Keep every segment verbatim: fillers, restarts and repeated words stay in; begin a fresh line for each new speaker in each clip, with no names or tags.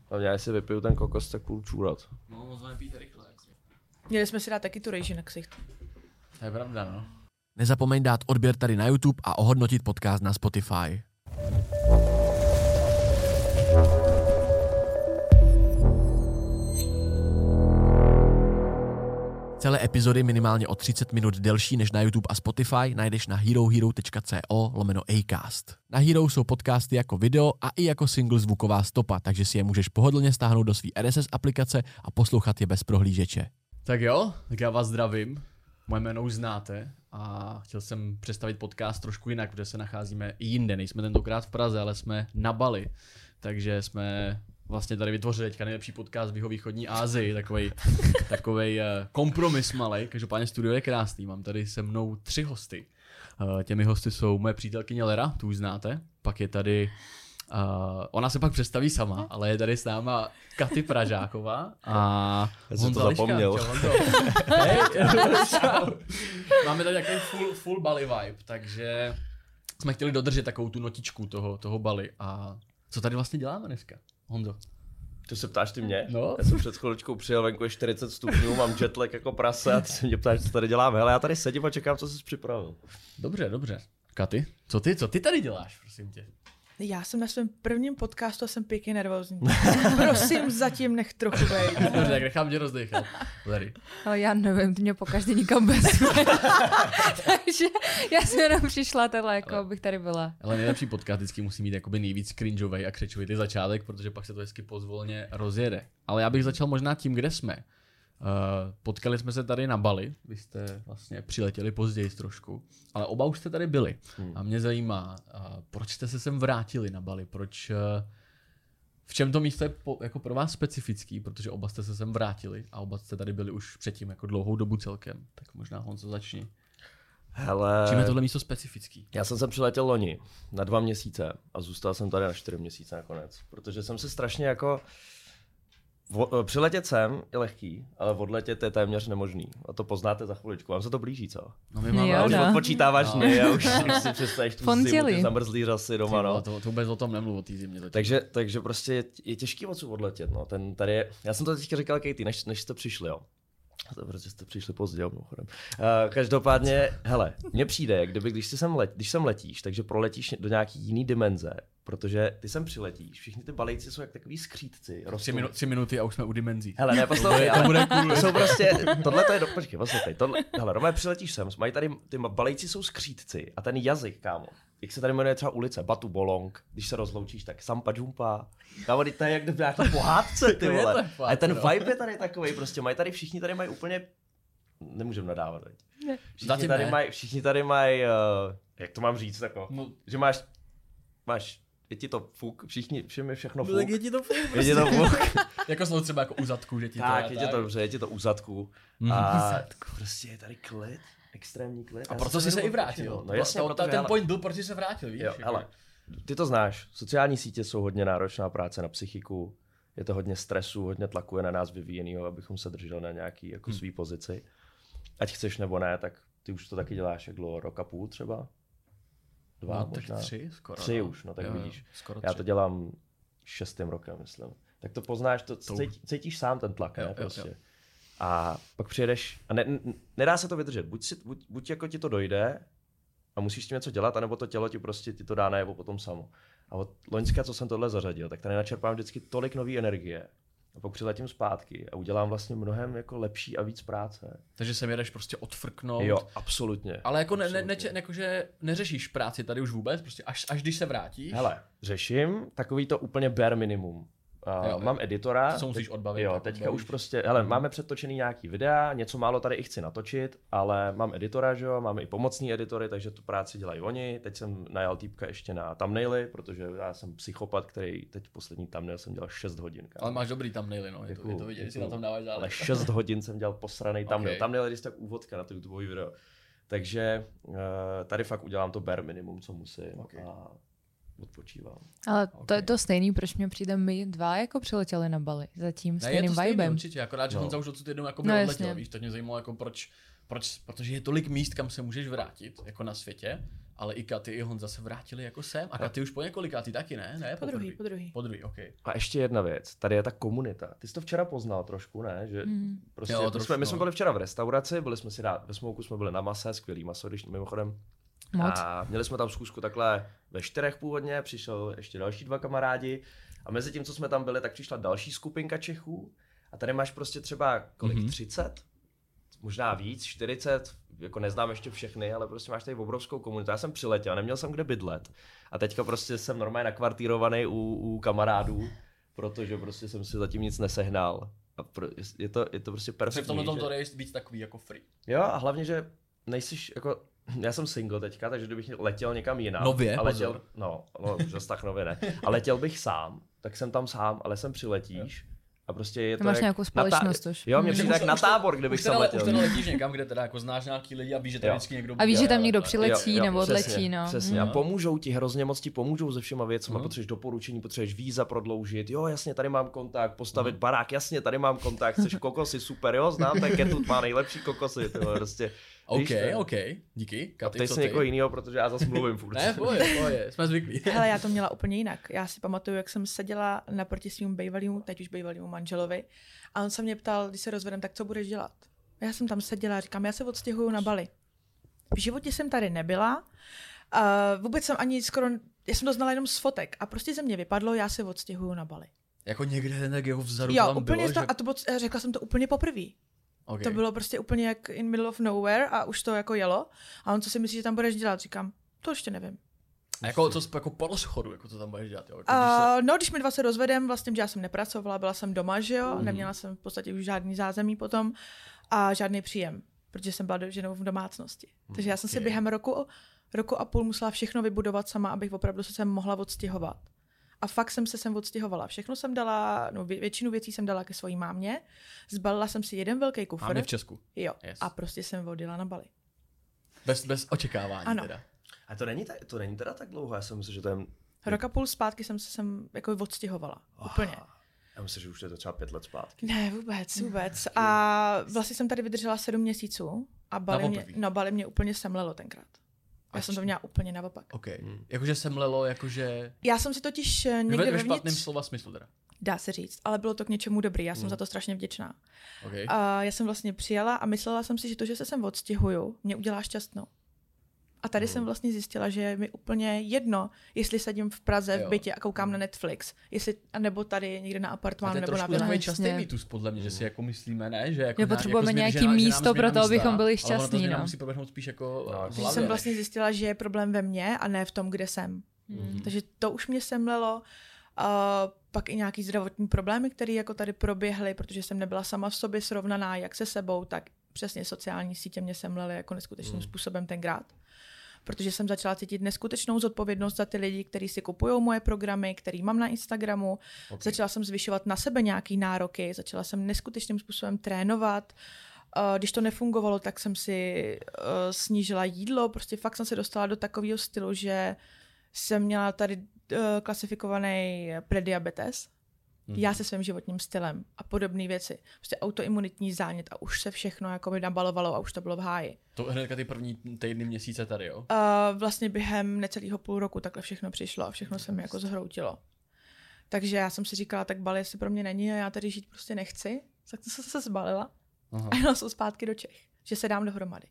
A já si vypiju ten kokos, tak půjdu čůrat.
No, moc nepijte rychle.
Měli jsme si dát taky tu rejži na ksicht.
To je pravda, no.
Nezapomeň dát odběr tady na YouTube a ohodnotit podcast na Spotify. Celé epizody minimálně o třicet minut delší než na YouTube a Spotify najdeš na herohero.co lomeno acast. Na Hero jsou podcasty jako video a i jako single zvuková stopa, takže si je můžeš pohodlně stáhnout do své R S S aplikace a poslouchat je bez prohlížeče.
Tak jo, tak já vás zdravím. Moje jméno už znáte a chtěl jsem představit podcast trošku jinak, protože se nacházíme i jinde. Nejsme tentokrát v Praze, ale jsme na Bali. Takže jsme vlastně tady vytvořili teďka nejlepší podcast v jihovýchodní Asii, takovej, takovej kompromis malej. Každopádně studio je krásný, mám tady se mnou tři hosty. Těmi hosty jsou moje přítelkyně Lera, tu už znáte, pak je tady, uh, ona se pak představí sama, ale je tady s náma Katy Pražáková a
Já jsem to zapomněl.
Čau, Honzo. Hej, čau. Máme tady takový full, full Bali vibe, takže jsme chtěli dodržet takovou tu notičku toho, toho Bali. A co tady vlastně děláme dneska, Honzo?
To se ptáš ty mě?
No.
Já jsem před chviličkou přijel, venku je čtyřicet stupňů, mám jetlag jako prase a ty se mě ptáš, co tady děláme. Hele, já tady sedím a čekám, co jsi připravil.
Dobře, dobře. Katy, co ty, co ty tady děláš, prosím tě?
Já jsem na svém prvním podcastu a jsem pěkně nervózní. Prosím, zatím nech trochu bejt.
Dobře, tak nechám tě rozdechat. Larry.
Ale já nevím, ty mě pokaždé nikam bez. Takže já jsem jenom přišla tenhle, jako ale, abych tady byla.
Ale nejlepší podcast vždycky musí mít jakoby nejvíc cringeovej a křečový ty začátek, protože pak se to hezky pozvolně rozjede. Ale já bych začal možná tím, kde jsme. Uh, potkali jsme se tady na Bali, vy jste vlastně přiletěli později trošku, ale oba už jste tady byli. Hmm. A mě zajímá, uh, proč jste se sem vrátili na Bali, proč, uh, v čem to místo je po, jako pro vás specifický, protože oba jste se sem vrátili a oba jste tady byli už předtím jako dlouhou dobu celkem, tak možná Honzo začni.
Hele,
čím je tohle místo specifický?
Já jsem sem přiletěl loni na dva měsíce a zůstal jsem tady na čtyři měsíce nakonec, protože jsem se strašně jako Vo, přiletět sem je lehký, ale odletět je téměř nemožný. A to poznáte za chviličku. Vám se to blíží, co?
No my máme,
jo, už
no.
odpočítáváš
no.
dny a už, už si představíš tu zimu, ty zamrzlý řasy doma. No.
To, to vůbec o tom nemluv, o té zimě.
Takže, takže prostě je, je těžký odsud odletět. No. Ten tady je, já jsem to teďka říkal Katie, než, než jste přišli, jo. To protože jste přišli pozdě, mimochodem. Uh, každopádně, hele, mně přijde, kdyby, když, sem let, když sem letíš, takže proletíš do nějaký jiný dimenze, protože ty sem přiletíš, všichni ty Balejci jsou jak takový skřídci.
Tři, minu, tři minuty a už jsme u dimenzí.
Hele, ne, poslouchej, to bude cool. Jsou prostě, tohle to je, do, počkej, poslouchej, tohle, hele, Romé, přiletíš sem, mají tady, ty Balejci jsou skřídci a ten jazyk, kámo, jak se tady jmenuje třeba ulice, Batu Bolong, když se rozloučíš, tak Sampa Jumpa, kámo, to je jak kdyby nějaký pohádce, ty vole. A ten vibe je tady takovej, prostě mají tady, všichni tady mají úplně, nemůžeme nadávat, veď. Všichni tady mají, všichni tady mají, uh, jak to mám říct, tako, no. Že máš, máš, je ti to fuk, všichni, všem je všechno fuk.
Je ti to fuk,
je ti to fuk.
Jako jsou třeba jako u zadku, že ti to
tak, je ti to dobře, je ti to u zadku.
Mm.
A prostě je tady klid, extrémní klid.
A proto jsi se i vrátil.
No jasně,
to, ten point byl, proč jsi se vrátil, víš?
Jo, hele, ty to znáš, sociální sítě jsou hodně náročná práce na psychiku, je to hodně stresu, hodně tlaku je na nás vyvíjenýho, abychom se drželi na nějaký jako
hmm.
svý pozici. Ať chceš nebo ne, tak ty už to taky děláš jak dlouho, rok a půl třeba? Dva,
no,
možná.
Tak tři skoro.
Tři
no.
už, no tak
jo,
vidíš.
Skoro
já to dělám šestým rokem, myslím. Tak to poznáš, to cítí, cítíš sám ten tlak,
jo,
ne, prostě.
Jo, jo.
A pak přijedeš a ne, n- nedá se to vydržet. Buď, si, buď, buď jako ti to dojde a musíš s tím něco dělat, anebo to tělo ti prostě ti to dá najevo potom samo. A od loňska, co jsem tohle zařadil, tak tady načerpám vždycky tolik nové energie. A pak přiletím zpátky a udělám vlastně mnohem jako lepší a víc práce.
Takže se jedeš prostě odfrknout.
Jo, absolutně.
Ale jako,
absolutně.
Ne, ne, ne, jako že neřešíš práci tady už vůbec, prostě až, až když se vrátíš.
Hele, řeším takový to úplně bare minimum. Uh, jo, mám editora.
To se musíš odbavit.
Jo, teďka bavíš. Už prostě, hele, hmm. máme předtočený nějaký videa, něco málo tady i chci natočit, ale mám editora, že jo, máme i pomocní editory, takže tu práci dělají oni. Teď jsem najal týpka ještě na thumbnaily, protože já jsem psychopat, který teď poslední thumbnail jsem dělal šest hodin. Kámo.
Ale máš dobrý thumbnaily, no, je to, je to vidět, že si na tom dáváš záležet.
Ale šest hodin jsem dělal posranej thumbnail.
Okay.
Thumbnail je tak úvodka na to YouTubeový video. Takže uh, tady fakt udělám to bare minimum, co musím. Okay. A odpočívám.
Ale to
okay.
je to stejný, proč mě přijde my dva jako přiletěli na Bali za tím ne, stejným vibem.
Stejný, určitě, akorát, že no. Honza už odsud jednou jako by
no,
odletěl, víš, tak mě zajímalo, jako proč, proč, protože je tolik míst, kam se můžeš vrátit, jako na světě, ale i Katy, i Honza se vrátili jako sem. A Katy už po několikátý taky, ne? Ne,
Po druhý, po druhý.
Po druhý, ok.
A ještě jedna věc, tady je ta komunita. Ty jsi to včera poznal trošku, ne? Že
Mm.
prostě,
Jo,
my,
trošku,
jsme, my jsme
no.
byli včera v restauraci, byli jsme si dát, ve Smouku jsme byli na mase, skvělý maso, když mimochodem.
Moc.
A měli jsme tam schůzku takhle ve čtyřech původně, přišel ještě další dva kamarádi a mezi tím, co jsme tam byli, tak přišla další skupinka Čechů a tady máš prostě třeba kolik,
Mhm.
třicet? Možná víc, čtyřicet, jako neznám ještě všechny, ale prostě máš tady obrovskou komunitu. Já jsem přiletěl, neměl jsem kde bydlet a teďka prostě jsem normálně nakvartírovaný u, u kamarádů, protože prostě jsem si zatím nic nesehnal. A pro, je, to, je to prostě
Takže v
perfektní.
tomhle tom
že-
to je víc takový jako free.
Jo, a hlavně, že nejsiš jako, já jsem single teďka, takže kdybych letěl někam jinam.
Nově,
a letěl,
pozor.
no, no, zase tak nově ne. A letěl bych sám, tak jsem tam sám, ale sem přiletíš a prostě je to
Máš
jak
nějakou
na tá-
společnost už.
Jo, mě
Mm.
přijde
Už
jak
to-
na
už to-
tábor, kdybych
Už
sem
teda,
letěl.
už teda letíš někam, kde teda jako znáš nějaký lidi a víš, že tam
Jo.
vždycky někdo
A víš,
bude,
že tam
jo,
někdo
tak.
přiletí
Jo, jo,
nebo
přesně,
odletí, no.
Přesně.
Mm.
A pomůžou ti, hrozně moc ti pomůžou se všema věcmi,
Mhm.
potřebuješ doporučení, potřebuješ víza prodloužit, jo, jasně, tady mám kontakt, postavit barák, jasně, tady mám kontakt, chceš kokosy, super, jo, znám, tak Ketut má nejlepší kokosy, tyhle, prostě.
OK,
víš, to-
OK, díky. Katy,
Teď
co
si
ty?
někoho jiného, protože já zase mluvím furt.
Ne, poje, poje, jsme zvyklí.
Hele, já to měla úplně jinak. Já si pamatuju, jak jsem seděla naproti svým bývalýmu, teď už bývalýmu manželovi a on se mě ptal, když se rozvedem, tak co budeš dělat? A já jsem tam seděla a říkám, já se odstěhuju na Bali. V životě jsem tady nebyla, uh, vůbec jsem ani skoro, já jsem to znala jenom z fotek a prostě ze mě vypadlo, já se odstěhuju na Bali.
Jako někde tak jeho vzadu
Jo,
tam
úplně
bylo,
to,
že...
a to bylo, řekla jsem to úplně poprvé.
Okay.
To bylo prostě úplně jak in middle of nowhere a už to jako jelo. A on co si myslí, že tam budeš dělat? Říkám, to ještě nevím.
A jako, co, jako po rozchodu, jako to tam budeš dělat, jo? Jako, když se...
Uh, no, když mi dva se rozvedem, vlastně, že já jsem nepracovala, byla jsem doma, že jo,
Mhm.
neměla jsem v podstatě už žádný zázemí potom a žádný příjem, protože jsem byla do- ženou v domácnosti. Takže já jsem si
Okay.
během roku, roku a půl musela všechno vybudovat sama, abych opravdu se sem mohla odstěhovat. A fakt jsem se sem odstěhovala. Všechno jsem dala, no vě- většinu věcí jsem dala ke svojí mámě, zbalila jsem si jeden velký kufr.
Máme v Česku.
Jo,
Yes.
a prostě jsem odjela na Bali.
Bez, bez očekávání
Ano.
teda.
A to není, ta, to není teda tak dlouho, já jsem myslel, že to je...
Rok a půl zpátky jsem se sem jako odstěhovala. Úplně.
Já myslím, že už je to třeba pět let zpátky.
Ne, vůbec, vůbec. A vlastně jsem tady vydržela sedm měsíců a Bali mě,
poprvé.
no, Bali mě úplně semlelo tenkrát. Já
A
jsem to
či-
měla úplně naopak.
OK. Jakože semlelo, jakože...
Já jsem si totiž eh,
Ve,
někde
ve špatném
vevnitř,
slova smyslu teda.
dá se říct, ale bylo to k něčemu dobrý, já jsem
Mm.
za to strašně vděčná.
OK.
A já jsem vlastně přijela a myslela jsem si, že to, že se sem odstěhuju, mě udělá šťastnou. A tady
Mm.
jsem vlastně zjistila, že je mi úplně jedno, jestli sedím v Praze v
Jo.
bytě a koukám na Netflix, jestli, nebo tady někde na
A to
apartmánu
je
nebo na
trošku
vile.
takový
No,
častý
jasně.
mýtus, podle mě, že si jako myslíme, ne? Že jako
Že
na-
potřebujeme
jako změna-
nějaký
že nám- že nám
místo
změna
pro to,
místa,
abychom byli
ale ono ta
šťastní,
změna
no.
musí proběhnout spíš jako
No,
v
že
Že
hlavě,
jsem
ne?
vlastně zjistila, že je problém ve mně a ne v tom, kde jsem.
Mhm.
Takže to už mě semlelo. A pak i nějaký zdravotní problémy, které jako tady proběhly, protože jsem nebyla sama v sobě srovnaná, jak se sebou, tak přesně sociální sítě mě semlely jako neskutečným
Hmm.
způsobem tenkrát. Protože jsem začala cítit neskutečnou zodpovědnost za ty lidi, kteří si kupují moje programy, který mám na Instagramu.
Ok.
Začala jsem zvyšovat na sebe nějaký nároky, začala jsem neskutečným způsobem trénovat. Uh, Když to nefungovalo, tak jsem si uh, snížila jídlo. Prostě fakt jsem se dostala do takového stylu, že jsem měla tady uh, klasifikovaný prediabetes.
Mhm.
Já se svým životním stylem a podobné věci. Prostě autoimunitní zánět a už se všechno jako by nabalovalo a už to bylo v háji.
To hnedka ty první týdny, měsíce tady, jo?
Uh, vlastně během necelého půl roku takhle všechno přišlo a všechno se mi jako zhroutilo. Takže já jsem si říkala, tak Bali si pro mě není a já tady žít prostě nechci. Tak to jsem se zbalila
Aha.
a jela jsem zpátky do Čech, že se dám dohromady.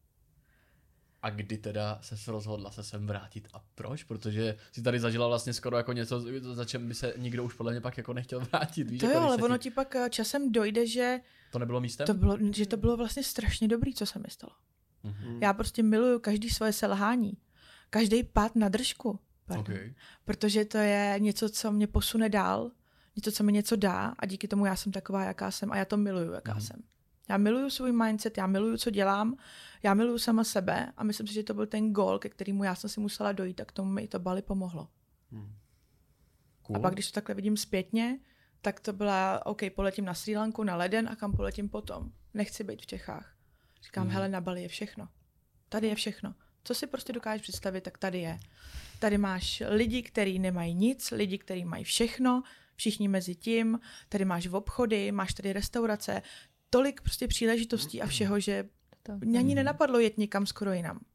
A kdy teda se rozhodla se sem vrátit a proč? Protože si tady zažila vlastně skoro jako něco, za čem by se nikdo už podle mě pak jako nechtěl vrátit. Víš,
To
jako
jo,
když
ale
se
ono
ti...
ti pak eh, časem dojde, že
To nebylo místem?
to bylo, že to bylo vlastně strašně dobrý, co se mi stalo.
Mhm.
Já prostě miluju každý svoje selhání, každý pád na držku. Pardon.
Okay.
Protože to je něco, co mě posune dál, něco, co mi něco dá a díky tomu já jsem taková, jaká jsem a já to miluju, jaká
Mhm.
jsem. Já miluju svůj mindset, já miluju, co dělám, já miluju sama sebe a myslím si, že to byl ten gól, ke kterému já jsem si musela dojít a k tomu mi i to Bali pomohlo.
Cool.
A pak, když to takhle vidím zpětně, tak to byla, OK, poletím na Srí Lanku, na leden a kam poletím potom. Nechci být v Čechách. Říkám,
Mhm.
hele, na Bali je všechno. Tady je všechno. Co si prostě dokážeš představit, tak tady je. Tady máš lidi, kteří nemají nic, lidi, kteří mají všechno, všichni mezi tím, tady máš v obchody, máš tady restaurace, tolik prostě příležitostí a všeho, že
To.
mě ani nenapadlo jet někam skoro jinam.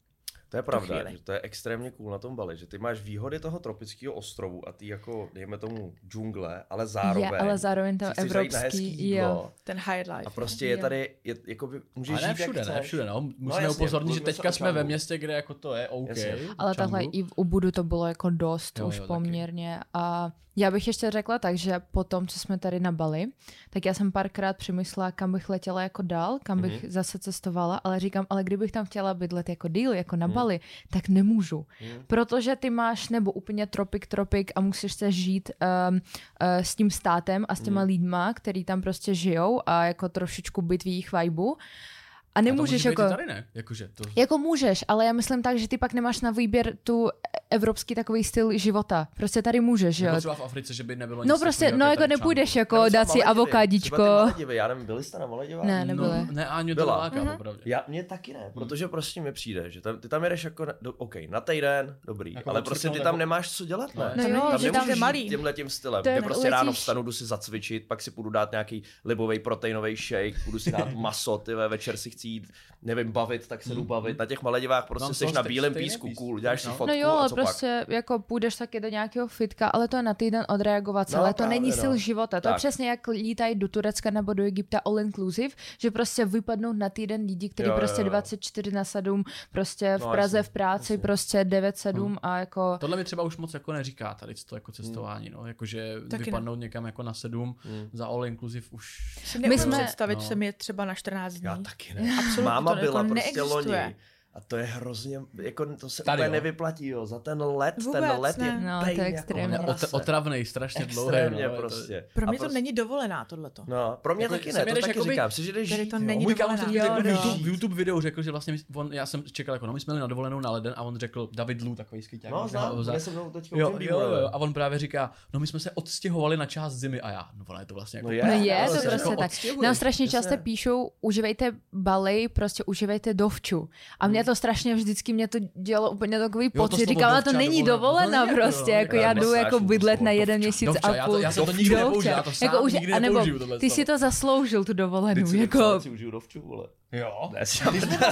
To je pravda, že to je extrémně cool na tom Bali, že ty máš výhody toho tropického ostrovu a ty jako, dejme tomu, džungle, ale zároveň,
je, ale zároveň to evropský, jo,
ten high life.
A prostě je tady, je, jakoby, můžeš
ale ne
žít
všude,
jak
ne všude, no. Musíme
no,
upozornit, že teďka jsme ve městě, kde jako to je OK.
Jasně.
Ale takhle i v Ubudu to bylo jako dost
jo,
už
jo,
poměrně. A já bych ještě řekla tak, že po tom, co jsme tady na Bali, tak já jsem párkrát přemyslela, kam bych letěla jako dál, kam bych mm-hmm. zase cestovala, ale říkám, ale kdybych tam chtěla bydlet jako díl, jako na mm. Bali, tak nemůžu. Mm. Protože ty máš nebo úplně tropik, tropik a musíš se žít um, uh, s tím státem a s těma mm. lidma, který tam prostě žijou a jako trošičku být v jejich vibu. A nemůžeš
a
jako...
tady ne? Jakože to...
Jako můžeš, ale já myslím tak, že ty pak nemáš na výběr tu evropský takový styl života. Prostě tady můžeš, jo.
Jako třeba v Africe, že by nebylo nic.
No prostě, no jako nepůjdeš jako dát si avokádičko.
Já nevím, byli jste na Maledivách?
Ne, nebyli.
No, ne, a mě to láká,
uh-huh.
opravdu.
Já, mě taky ne, protože prostě mi přijde, že tam, ty tam jedeš jako, na, do, OK, na týden, dobrý, jako ale prostě ty tam jako... nemáš co dělat, ne?
No jo,
tam
že tam
nemůžeš
malý.
žít tímhletím stylem,
Ten
kde prostě
letíš...
ráno vstanu, jdu si zacvičit, pak si půjdu dát nějaký libový proteinový shake, půjdu si dát maso, ty večer si chci jít, nevím, bavit, tak se jdu bavit. Na těch Maledivách prostě jsi na bílém písku, cool, děláš si fotku.
No jo,
ale
prostě jako půjdeš taky do nějakého fitka, ale to je na týden odreagovat se, ale to není styl života. To je přesně jak lítají do Turecka nebo do Egypta all inclusive, že prostě vypadnou na týden lidi, kteří prostě dvacet čtyři na sedm prostě v Praze v práci prostě devět sedm a jako...
Tohle mi třeba už moc jako neříká tady to jako cestování, no, jakože vypadnout někam jako na sedm za all inclusive už...
My jsme představit, že mi je třeba na čtrnáct dní.
Já taky ne. Máma byla prostě
neexistuje.
loni. A to je hrozně, jako to se
tady,
úplně
jo.
nevyplatí, jo. Za ten let,
Vůbec
ten let
ne.
je
no,
pejn,
to je extrémně.
jako
Ot, otravnej, strašně dlouhý.
Extrémně
no,
prostě.
To...
Pro mě
a
to
prostě...
není dovolená tohleto.
No, pro mě
jako,
taky ne, to taky
jakoby,
říkám, si, že jdeš
tady
žít,
to
jo.
není
Můj kámoš
dovolená.
řekl v
Jo,
YouTube,
jo.
v YouTube videu řekl, že vlastně, on, já jsem čekal, jako no my jsme jeli na dovolenou na leden a on řekl David Lu, takový skýťák.
No, znám, bude se mnou teďka
jo, jo, jo, a on právě říká, no my jsme se odstěhovali na část zimy a já, no ona je to vlastně jako...
No je,
No je,
no,
to
vlastně
prostě
jako
tak.
odstěhuješ.
Nám strašně často píšou, užívejte Bali, prostě užívejte dovču. A mě to strašně vždycky, mě to dělalo úplně takový pocit. Říkala, to není dovolená prostě, jako já jdu jako bydlet na jeden měsíc a půl.
Já jsem to nikdy nepoužil, já to sám nikdy nepoužiju tohle.
Ty si to zasloužil, tu dovolenou.
Jako... si užiju dovču, vole.
Jo.
Ne, si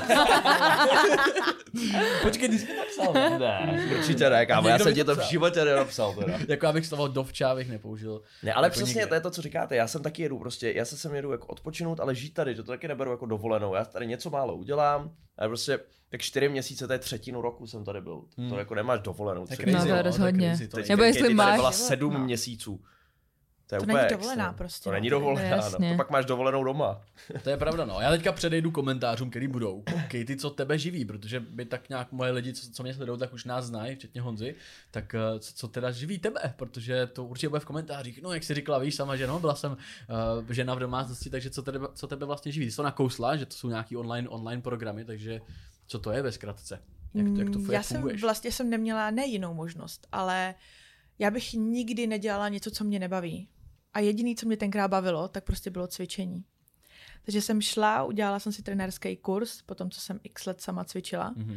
Počkej, ty jsi to napsal.
Ne, určitě ne, kámo, já jsem ti to v životě nenapsal teda.
Jako abych slovo dovča bych nepoužil.
Ne, ale
jako
přesně
nikdy.
to je to, co říkáte, já jsem taky jedu prostě, já se sem jedu jako odpočinout, ale žít tady, to taky neberu jako dovolenou, já tady něco málo udělám, ale prostě tak čtyři měsíce, to je třetinu roku jsem tady byl, hmm. to jako nemáš dovolenou.
Tak
No to je rozhodně.
Teď,
Nebo jestli
tady
máš.
byla sedm no. měsíců. To, je
to
úplně
není dovolená
extra.
prostě.
To
no.
není dovolená, no. To pak máš dovolenou doma.
To je pravda, no. Já teďka předejdu komentářům, který budou. Katy, co tebe živí, protože by tak nějak moje lidi, co, co mě sledují, tak už nás znají, včetně Honzy. Tak co, co teda živí tebe, protože to určitě bude v komentářích. No, jak jsi říkala, víš sama, že no, byla jsem uh, žena v domácnosti, takže co tebe, co tebe vlastně živí. Ty jsi to nakousla, že to jsou nějaký online, online programy, takže co to je ve zkratce? Jak to, jak to,
Já
jak
jsem
funguješ?
vlastně jsem neměla ne jinou možnost, ale já bych nikdy nedělala něco, co mě nebaví. A jediný, co mě tenkrát bavilo, tak prostě bylo cvičení. Takže jsem šla, udělala jsem si trenérský kurz, potom co jsem x let sama cvičila. Mm-hmm.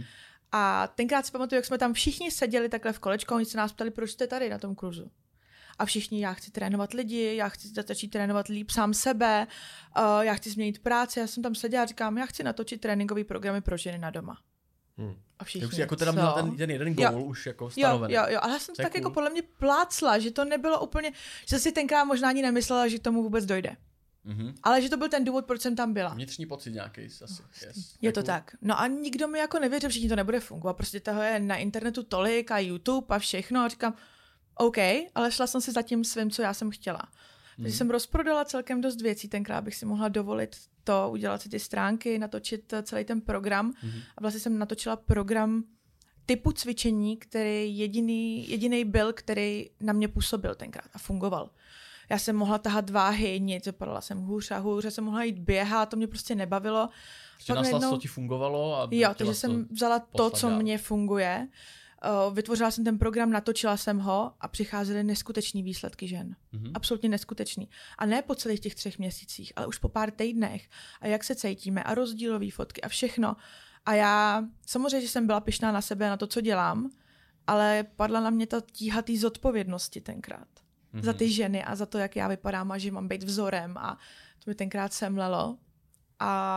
A tenkrát si pamatuju, jak jsme tam všichni seděli takhle v kolečku a oni se nás ptali, proč jste tady na tom kurzu. A všichni, já chci trénovat lidi, já chci začít trénovat líp sám sebe, uh, já chci změnit práci. Já jsem tam seděla a říkám, já chci natočit tréninkové programy pro ženy na doma. Hmm. A všichni,
Ty už jako teda
co?
měla ten, ten jeden gól už jako stanovený.
Jo, jo, jo, ale já jsem to tak
cool.
jako podle mě plácla, že to nebylo úplně, že si tenkrát možná ani nemyslela, že k tomu vůbec dojde. Mm-hmm. Ale že to byl ten důvod, proč jsem tam byla.
Vnitřní pocit nějaký asi. Yes.
Je to tak. No a nikdo mi jako nevěřil, všichni to nebude fungovat. Prostě toho je na internetu tolik a YouTube a všechno. A říkám, OK, ale šla jsem si za tím svým, co já jsem chtěla. Takže mm. jsem rozprodala celkem dost věcí. Tenkrát bych si mohla dovolit to, udělat si ty stránky, natočit celý ten program. Mm. A vlastně jsem natočila program typu cvičení, který jediný, jediný byl, který na mě působil tenkrát a fungoval. Já jsem mohla tahat váhy, nic, vypadala jsem hůř a hůř, já jsem mohla jít běhat, to mě prostě nebavilo.
Prostě našla, co ti fungovalo? A
jo, takže jsem vzala to, co
dál.
mě funguje. Uh, vytvořila jsem ten program, natočila jsem ho a přicházely neskutečný výsledky žen. Mm-hmm. Absolutně neskutečný. A ne po celých těch třech měsících, ale už po pár týdnech. A jak se cítíme a rozdílové fotky a všechno. A já samozřejmě, že jsem byla pyšná na sebe, na to, co dělám, ale padla na mě ta tíha té zodpovědnosti tenkrát. Mm-hmm. Za ty ženy a za to, jak já vypadám a že mám být vzorem a to mi tenkrát semlelo. A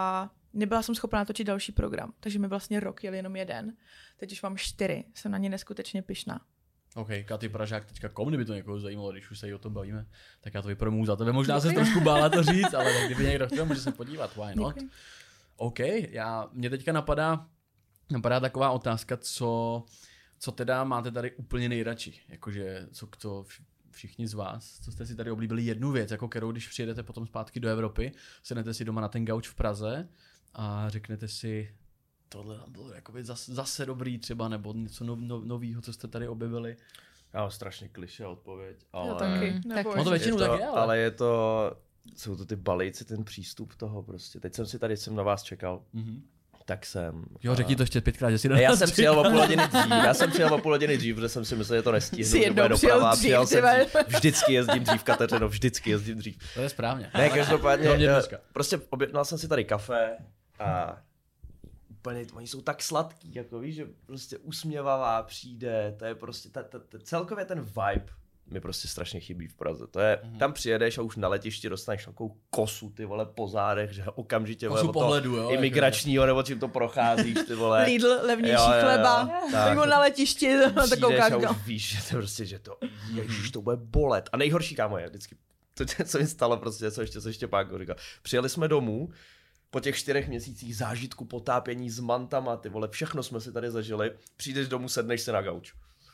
nebyla jsem schopná točit další program, takže mi vlastně rok jel jenom jeden. Teď už mám čtyři, jsem na ně neskutečně pyšná.
OK, katy pražák tečka com, kdyby to někoho zajímalo, když už se jí o tom bavíme, tak já to vypromuji za tebe. Možná se trošku bála to říct, ale tak kdyby někdo chtěl, může se podívat, why not?
Děkuji.
OK, já, mě teďka napadá, napadá taková otázka, co, co teda máte tady úplně nejradši, jakože co, co všichni z vás, co jste si tady oblíbili jednu věc, jako kterou, když přijedete potom zpátky do Evropy, sednete si doma na ten gauč v Praze a řeknete si, tohle bylo jakoby zase, zase dobrý třeba, nebo něco no, no, novýho, co jste tady objevili.
Já mám strašně klišé odpověď, ale...
Já taky,
Mm,
neboj.
No to většinou
je to,
tak je, ale...
ale je to, jsou to ty balíci, ten přístup toho prostě. Teď jsem si tady, jsem na vás čekal,
Mm-hmm.
tak jsem...
Jo, řekni to ještě pětkrát, že si na
Ne, já
nás
jsem
čekal.
přijel o půl hodiny dřív, já jsem přijel o půl hodiny dřív, protože jsem si myslel, že to nestihnu.
Jsi
že
jednou
bude
přijel
doprava,
dřív,
přijel
ty
jsem
vole.
dřív. Vždycky jezdím dřív, Kateřino, vždycky jezdím dřív.
To je správně.
Ne, každopádně,
Kromě
eh,
dneska.
prostě objednal jsem si tady kafe a úplně, oni jsou tak sladký, jako víš, že prostě usměvavá přijde, to je prostě, ta, ta, ta, celkově ten vibe mi prostě strašně chybí v Praze. To je,
Mhm.
tam přijedeš a už na letišti dostaneš takovou kosu, ty vole, po zádech, že okamžitě, vole,
Kosu
od toho
pohledu, jo,
imigračního, nebo čím to procházíš, ty vole.
Lidl, levnější
Jo, jo, jo,
chleba,
tak.
nebo na letišti, na
Přijdeš
takovou
a
kážka.
už víš, že to prostě, že to, ježiš, to bude bolet. A nejhorší, kámo, je vždycky, to, co mi stalo prostě, co ještě se Štěpánko říkal. Přijeli jsme domů, po těch čtyřech měsících zážitku potápění s mantama, ty vole, všechno jsme si tady zažili, přijdeš domů, sedneš se na gauč.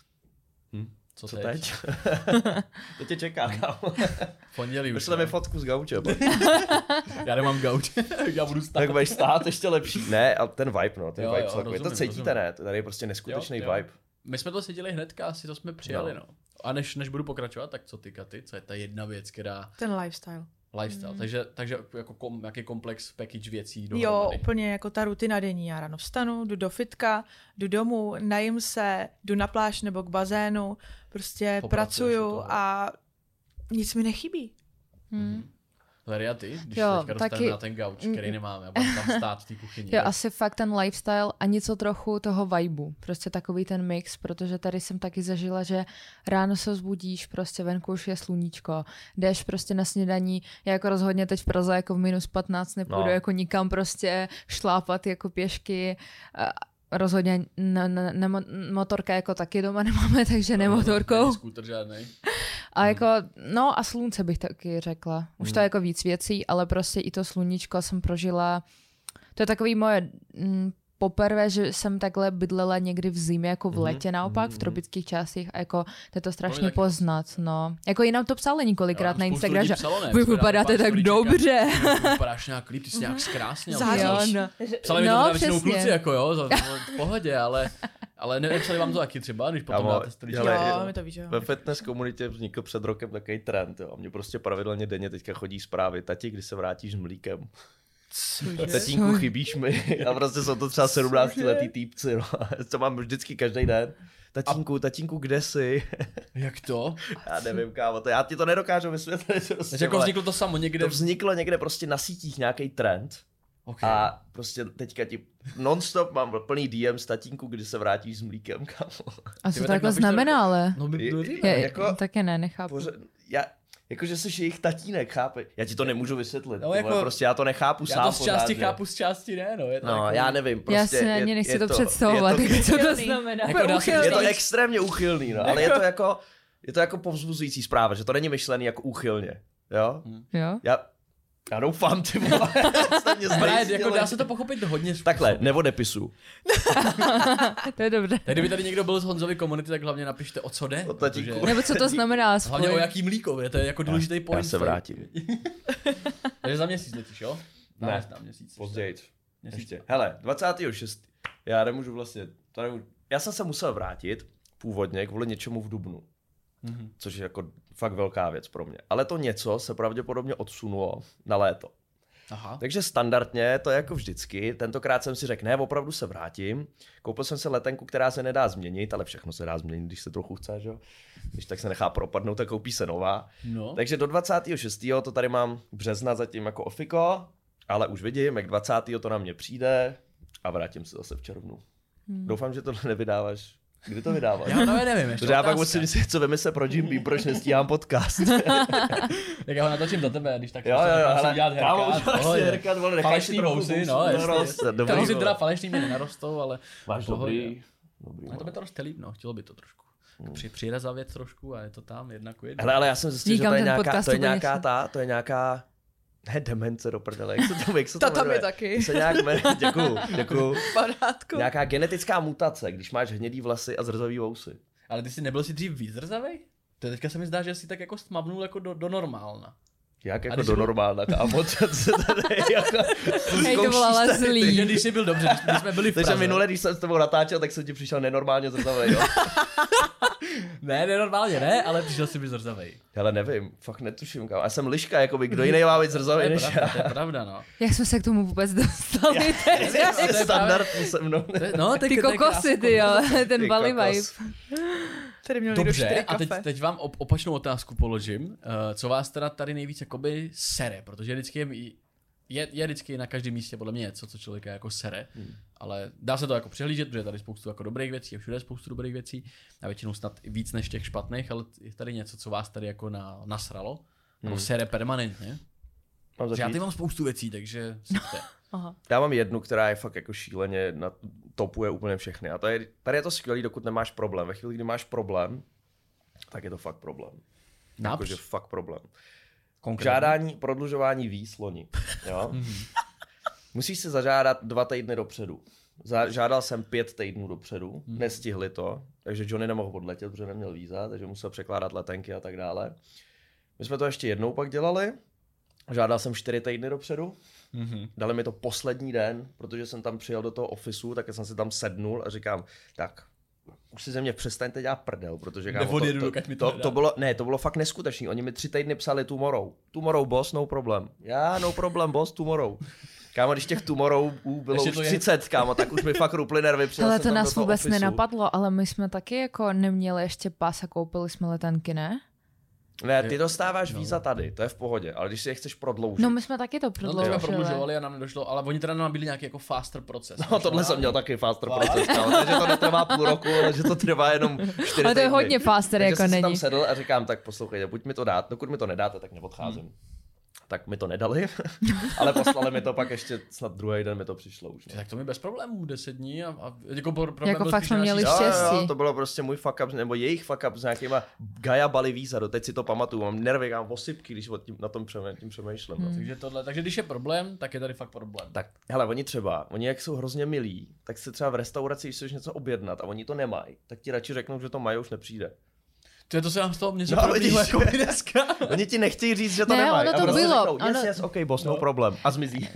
Hm?
Co,
Co
teď?
teď? To tě čeká, kámo.
Pondělí už.
Vyšle mi fotku z gauče.
Já nemám gauč. Já budu stát.
Tak budeš stát ještě lepší. Ne, ale ten vibe, no, ten
Jo,
vibe
jo,
celkově. To
rozumím,
cítíte,
rozumím.
ne? Tady je prostě neskutečný
Jo, jo.
vibe.
My jsme to seděli hnedka, asi to jsme přijali, no.
No.
A než, než budu pokračovat, tak co ty, Katy? Co je ta jedna věc, která...
Ten lifestyle.
Lifestyle. Mm. Takže, takže jako kom, jaký komplex package věcí
Jo,
dohromady.
úplně jako ta rutina denní. Já ráno vstanu, jdu do fitka, jdu domů, najím se, jdu na pláž nebo k bazénu, prostě
Popracuješ u
pracuju
toho.
a nic mi nechybí.
Hmm.
Varia, ty, když
Jo,
jo, teďka dostaneme
taky-
na ten gauč, který nemáme, a budeme tam stát v té kuchyni.
Jo,
tak-
asi fakt ten lifestyle a něco trochu toho vibu. Prostě takový ten mix, protože tady jsem taky zažila, že ráno se vzbudíš, prostě venku už je sluníčko, jdeš prostě na snídaní, já jako rozhodně teď v Praze jako v minus patnáct nepůjdu
No.
jako nikam prostě šlápat jako pěšky. A rozhodně na, na, na, mo- motorka jako taky doma nemáme, takže nemotorkou.
Není skútr žádnej.
A jako, no a slunce bych taky řekla. Už to je jako víc věcí, ale prostě i to sluníčko jsem prožila. To je takový moje mm, poprvé, že jsem takhle bydlela někdy v zimě, jako v letě naopak, v tropických částech a jako to je to strašně
taky
poznat, no. Jako i nám to psali několikrát na Instagram, že
psalo, ne,
vy
včera
vypadáte
pár
tak
storíček,
dobře.
Ty vypadáš nějak líp, ty jsi nějak zkrásněl.
Záříš.
Jo, no.
Psali mi to
No,
teda většinou
přesně.
kluci, jako jo, za, v pohodě, ale, ale ne, nepsali vám to taky třeba, když potom
Kámo,
dáte storíček.
hele,
Jo, mi to víš, jo.
Ve fitness komunitě vznikl před rokem takový trend, jo. A mě prostě pravidelně denně teďka chodí zprávy, tati, kdy se vrátíš s mlíkem.
Cože?
Tatínku, chybíš mi. A prostě jsou to třeba sedmnáctiletý týpci, no. Co mám vždycky každý den. Tatínku, tatínku, kde jsi?
Jak to?
Já nevím, kámo, to já ti to nedokážu vysvětlit. Prostě,
Takže jako
vole.
vzniklo to samo někde.
To vzniklo někde prostě na sítích nějaký trend.
Okay.
A prostě teďka ti non-stop mám plný D M z tatínku, kdy se vrátíš s mlíkem, kámo.
A co
Ty,
to
tak
jako
napiš to
znamená,
jako-
ale?
No by to
Je-
Je,
jako-
taky ne, nechápu.
Pořád, já, jakože jsi jejich tatínek, chápe? Já ti to nemůžu vysvětlit.
No,
No,
jako-
jako, prostě já to nechápu
Já
sám
to z části
pořád,
chápu, z části ne, no. Je to
No,
jako...
já nevím, prostě
Já si ani
je,
nechci
je
to
to
představovat,
je to,
jako co to
Uchylný.
znamená.
Jako dá se
je to
Uchylný.
extrémně úchylný, no, ale je to jako, je to jako povzbuzující zpráva, že to není myšlený jako úchylně, jo?
Jo?
Já, já doufám, ty vole, jste mě
Právě, jako
znejistili.
dá se to pochopit hodně způsobů.
Takhle, neodepisu.
To je dobře.
Tak kdyby tady někdo byl z Honzovy komunity, tak hlavně napište, o co jde.
O tatínku.
protože-
Nebo co to znamená aspoň.
Hlavně o jaký mlíko, je to je jako důležitý
Já
point.
se vrátím.
Takže za měsíc letíš, jo?
Ne,
Ne, na měsíc.
později.
Měsíc.
Ještě. Hele, dvacátého šestého Já nemůžu vlastně, to nemůžu. Já jsem se musel vrátit původně kvůli něčemu v dubnu.
Mhm.
Což je jako fakt velká věc pro mě. Ale to něco se pravděpodobně odsunulo na léto.
Aha.
Takže standardně to je jako vždycky. Tentokrát jsem si řekl, ne, opravdu se vrátím. Koupil jsem si letenku, která se nedá změnit, ale všechno se dá změnit, když se trochu chce, že jo. Když tak se nechá propadnout, tak koupí se nová.
No.
Takže do dvacátého šestého to tady mám března zatím jako ofiko, ale už vidím, jak dvacátého to na mě přijde a vrátím se zase v červnu. Hmm. Doufám, že to nevydáváš Kdy to vydávat?
Já právě nevím, ještě
Protože já pak
otázka.
musím si co vymyslet pro Jimby, proč nestíhám podcast.
Tak já ho natočím za tebe, když tak
Jo, jo, jo, hele,
udělat
kámo,
herkat,
uděláš si
pohodě.
herkat, vole, nechaj
Falešný
si trochu
vousy,
vousů
no, jasně.
naroste, dobrý,
Ty vousy
vole.
teda falešný mi nenarostou, ale
Máš
pohodě.
dobrý. Dobrý,
No to by to roste líp, no, chtělo by to trošku. Hmm. Při, přirezat věc trošku a je to tam jedna ku jedné.
Hele, ale já jsem zjistil,
Nikam
že to je
ten
nějaká,
podcast
to je
úplně
nějaká
nešel.
ta, to je nějaká, ne demence do prdele, jak se to, jak se to
To tam
jmenuje?
je taky.
To se nějak jmenuje, děkuju, děkuju.
V pořádku.
Nějaká genetická mutace, když máš hnědý vlasy a zrzavý vousy.
Ale ty jsi nebyl si dřív víc zrzavej? To teďka se mi zdá, že jsi tak jako stmavnul jako do, do normálna.
Jak jako
když
do
byl-
normálna, kámo, co se tady jako...
Hej, to bylo ale
Takže
zlý.
když jsi byl dobře, když, když jsme byli v
Takže
Praze.
minule, když jsem s tebou natáčel, tak jsem ti přišel nenormálně zrzavej, jo?
Ne, ne, normálně ne, ale přišel jsi být zrzavej.
Hele, nevím, fakt netuším, kámo. Já jsem liška, jakoby, kdo jiný má být
To
zrzavej
je
než
pravda,
já.
to je pravda, no.
Jak jsme se k tomu vůbec dostali teď?
to je právě-
Standardní se mnou.
To je- No,
Ty kokosy, ty jo, ten
Ty
Bali
kokos.
vibe.
Tady měl někdo
Dobře,
čtyři
a teď,
kafe.
teď vám op- opačnou otázku položím. Uh, co vás teda tady nejvíc jakoby sere? Protože vždycky je, je, je vždycky na každém místě podle mě něco, co člověka jako sere. Hmm. Ale dá se to jako přehlížet, protože je tady spoustu jako dobrých věcí a všude je spoustu dobrých věcí. A většinou snad i víc než těch špatných, ale je tady něco, co vás tady jako na, nasralo. Nebo sere permanentně.
Mám
Že já
začít?
tady mám spoustu věcí, takže siďte.
Aha.
Já mám jednu, která je fakt jako šíleně, na, topuje úplně všechny. A to je, tady je to skvělý, dokud nemáš problém. Ve chvíli, kdy máš problém, tak je to fakt problém.
Např.
Jakože fakt problém.
Konkrétně.
Žádání, prodlužování víz loni. Jo? Musíš se zažádat dva týdny dopředu. Za- Žádal jsem pět týdnů dopředu, nestihli to, takže Johnny nemohl odletět, protože neměl víza, takže musel překládat letenky a tak dále. My jsme to ještě jednou pak dělali. Žádal jsem čtyři týdny dopředu.
Mhm.
Dali mi to poslední den, protože jsem tam přijel do toho ofisu, tak jsem si tam sednul a říkám, tak už si ze mě přestaňte dělat prdel, protože kámo,
Neodjedu,
to, to,
dokud mi to
to,
nedá.
to, bylo, ne, to bylo fakt neskutečný. Oni mi tři týdny psali tomorrow. Tomorrow, boss, no problem. Já, no problem, boss, tomorrow. Kámo, když těch tomorrow bylo
Ještě
už
to je-
třicet, kámo, tak už mi fakt ruply nervy. Přijel
Ale
jsem
to
tam do
nás
toho
vůbec
ofisu.
nenapadlo, ale my jsme taky jako neměli ještě pas a koupili jsme letenky, ne?
Ne, ty dostáváš víza tady, to je v pohodě, ale když si je chceš prodloužit.
No my jsme taky to
No to jsme
prodloužili.
prodlužovali a nám nedošlo, ale oni teda nám byli nějaký jako faster proces.
No, tohle jsem měl taky faster proces, kámo, takže to netrvá půl roku, ale že to trvá jenom čtyři
Ale to je
týdny.
hodně faster,
Takže
jako
jsem si
není.
tam sedl a říkám, tak poslouchejte, buď mi to dát, dokud mi to nedáte, tak neodcházím. Hmm. Tak mi to nedali, ale poslali mi to pak ještě snad druhý den mi to přišlo už. No.
Tak to mi bez problémů, deset dní a, a jako pro- problém
Jako
byl
fakt
spíš
jsme
na
měli
naší-
Jo, jo,
štěstí.
jo, to bylo prostě můj fuck up, nebo jejich fuck up s nějakýma Gaia Bali víza, doteď si to pamatuju, mám nervy, mám osypky, když o tím, na tom přemý, tím přemýšlím.
Hmm.
No.
Takže tohle, takže když je problém, tak je tady fakt problém.
Tak, hele, oni třeba, oni jak jsou hrozně milí, tak si třeba v restauraci, když chceš něco objednat a oni to nemají, tak ti radši řeknou, že to mají, už nepřijde.
To je to, se nám z toho mě
No,
no, probíhlo
vidíš.
jako dneska.
Oni ti nechtějí říct, že to
Ne,
nemají.
ono
a
to
prostě
bylo,
Řeknou, yes,
ono-
yes, OK, boss, no, no problém. A zmizí.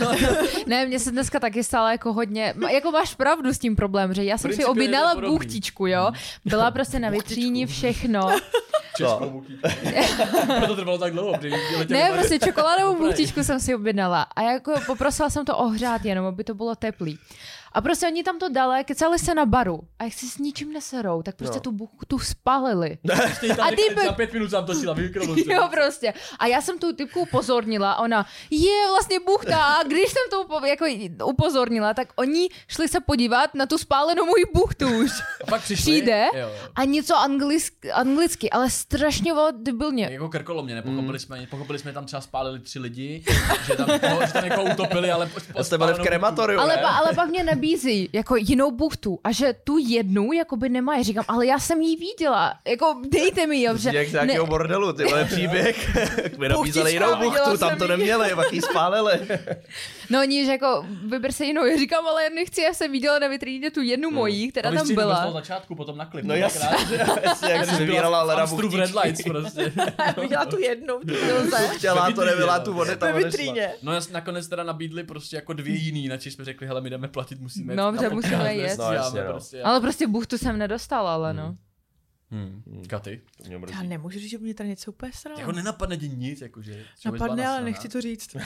Ne, mně se dneska taky stalo jako hodně, ma- jako máš pravdu s tím problémem, že já jsem si
Princip je
objednala
to podobný.
buchtičku, jo, byla prostě na vitríně všechno.
Českou buchtičku. Proto trvalo tak dlouho, protože letěli
Ne,
tady-
prostě čokoládovou
Dobré.
buchtičku jsem si objednala a jako poprosila jsem to ohřát jenom, aby to bylo teplý. A prostě oni tam to dali, kecali se na baru a jak si s ničím neserou, tak prostě
No.
tu buchtu spálili.
Stejně tam
A
nechali-
týpek-
za pět minut jsem točila výkrovu.
Jo, prostě. A já jsem tu typku upozornila, ona, je vlastně buchta, a když jsem to upo- jako upozornila, tak oni šli se podívat na tu spálenou moji buchtu už.
A pak přišli.
Přijde
Jo, jo.
a něco anglicky, anglicky, ale strašně vole debilně.
Jako krkolomně, nepochopili jsme, pochopili jsme, tam třeba spálili tři lidi, že tam, no, že tam jako utopili, ale...
A jste byli v krematoriu,
Ale,
ne?
pa, ale pak mě nabízí jako jinou buchtu a že tu jednu jakoby nemají. Říkám, ale já jsem ji viděla, jako dejte mi ji, že
Jak z nějakého bordelu, ty vole příběh. Mi nabízeli jinou
Buchtička,
buchtu,
viděla
tam
jsem
to
ji.
neměli, pak ji spálili.
No oni, že jako vyber se jinou. Já říkám, ale já nechci, já jsem viděla na vitríně tu jednu mojí, která tam
Z toho
byla.
začátku, potom na klip.
No jasně, jasně, jak si vybírala Lera
Amstru v Red Lights prostě.
Viděla tu jednu v tu chvilce.
Chtěla, to nebyla
no.
tu vody, tam
Ve
odešla.
vitríně.
No jas, nakonec teda nabídli prostě jako dvě jiný, načež jsme řekli, hele, my jdeme platit, musíme
No,
na
že
podcast,
musíme jet.
nestíháme
No, jasně, no.
prostě.
Ale prostě buchtu jsem nedostala, ale no.
Hmm. Katy.
To mě
Já
mrzí.
nemůžu říct, že by mě tady něco úplně sralo.
Jako nenapadne ti nic, jakože. že bys byla
Napadne, ale
nasraná.
nechci to říct.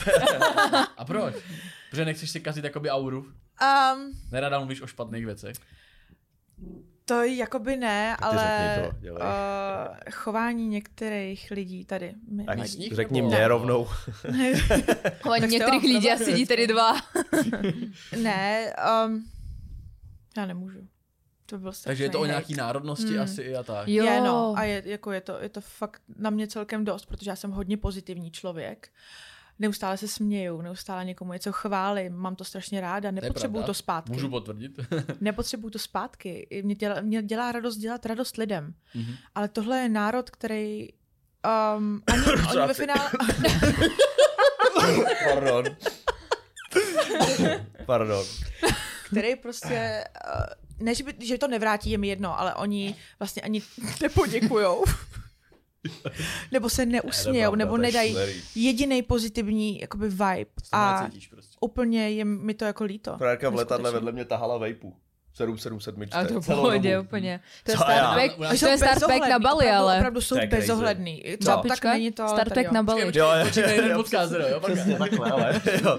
A proč? Protože nechceš si kazit jakoby auru.
Um,
Nerada mluvíš o špatných věcech.
to jakoby ne,
Tak ty
ale
řekni to, dělej.
uh, chování některých lidí tady mi
Tak
vadí.
řekni
nebo-
mě rovnou.
Ale
Tak
některých
to mám
lidí a
problém.
sedí tady dva.
Ne, um, já nemůžu. To byl
Takže je to o
hate.
nějaký národnosti
Hmm.
asi i a tak.
Jo.
Je, no, a je, jako je, to, je to fakt na mě celkem dost, protože já jsem hodně pozitivní člověk. Neustále se směju, neustále někomu něco chválím, mám to strašně ráda, nepotřebuju
pravda.
to zpátky.
Můžu potvrdit.
Nepotřebuju to zpátky. Mě dělá, mě dělá radost dělat radost lidem.
Mhm.
Ale tohle je národ, který um, ani, oni ve finále...
Pardon. Pardon.
který prostě, uh, ne, že, by, že to nevrátí, je mi jedno, ale oni vlastně ani nepoděkujou. Nebo se neusmějou, nebo nedají jedinej pozitivní jakoby vibe. A
Prostě.
úplně je mi to jako líto.
Frárka v letadle vedle mě tahala vejpu. sedm set sedm
A to v
celou
pohodě
dobu.
úplně. To je
Co já?
Star Trek,
To
to
Jsou
je Star Trek
bezohledný,
na Bali,
opravdu,
ale...
Opravdu jsou
To je crazy.
bezohledný. Co,
Čapička?
tak není to, ale
Star
tady
Trek
jo.
na Bali.
Jo,
Počkej, jeden podcast, jo?
Přesně takhle, ale jo.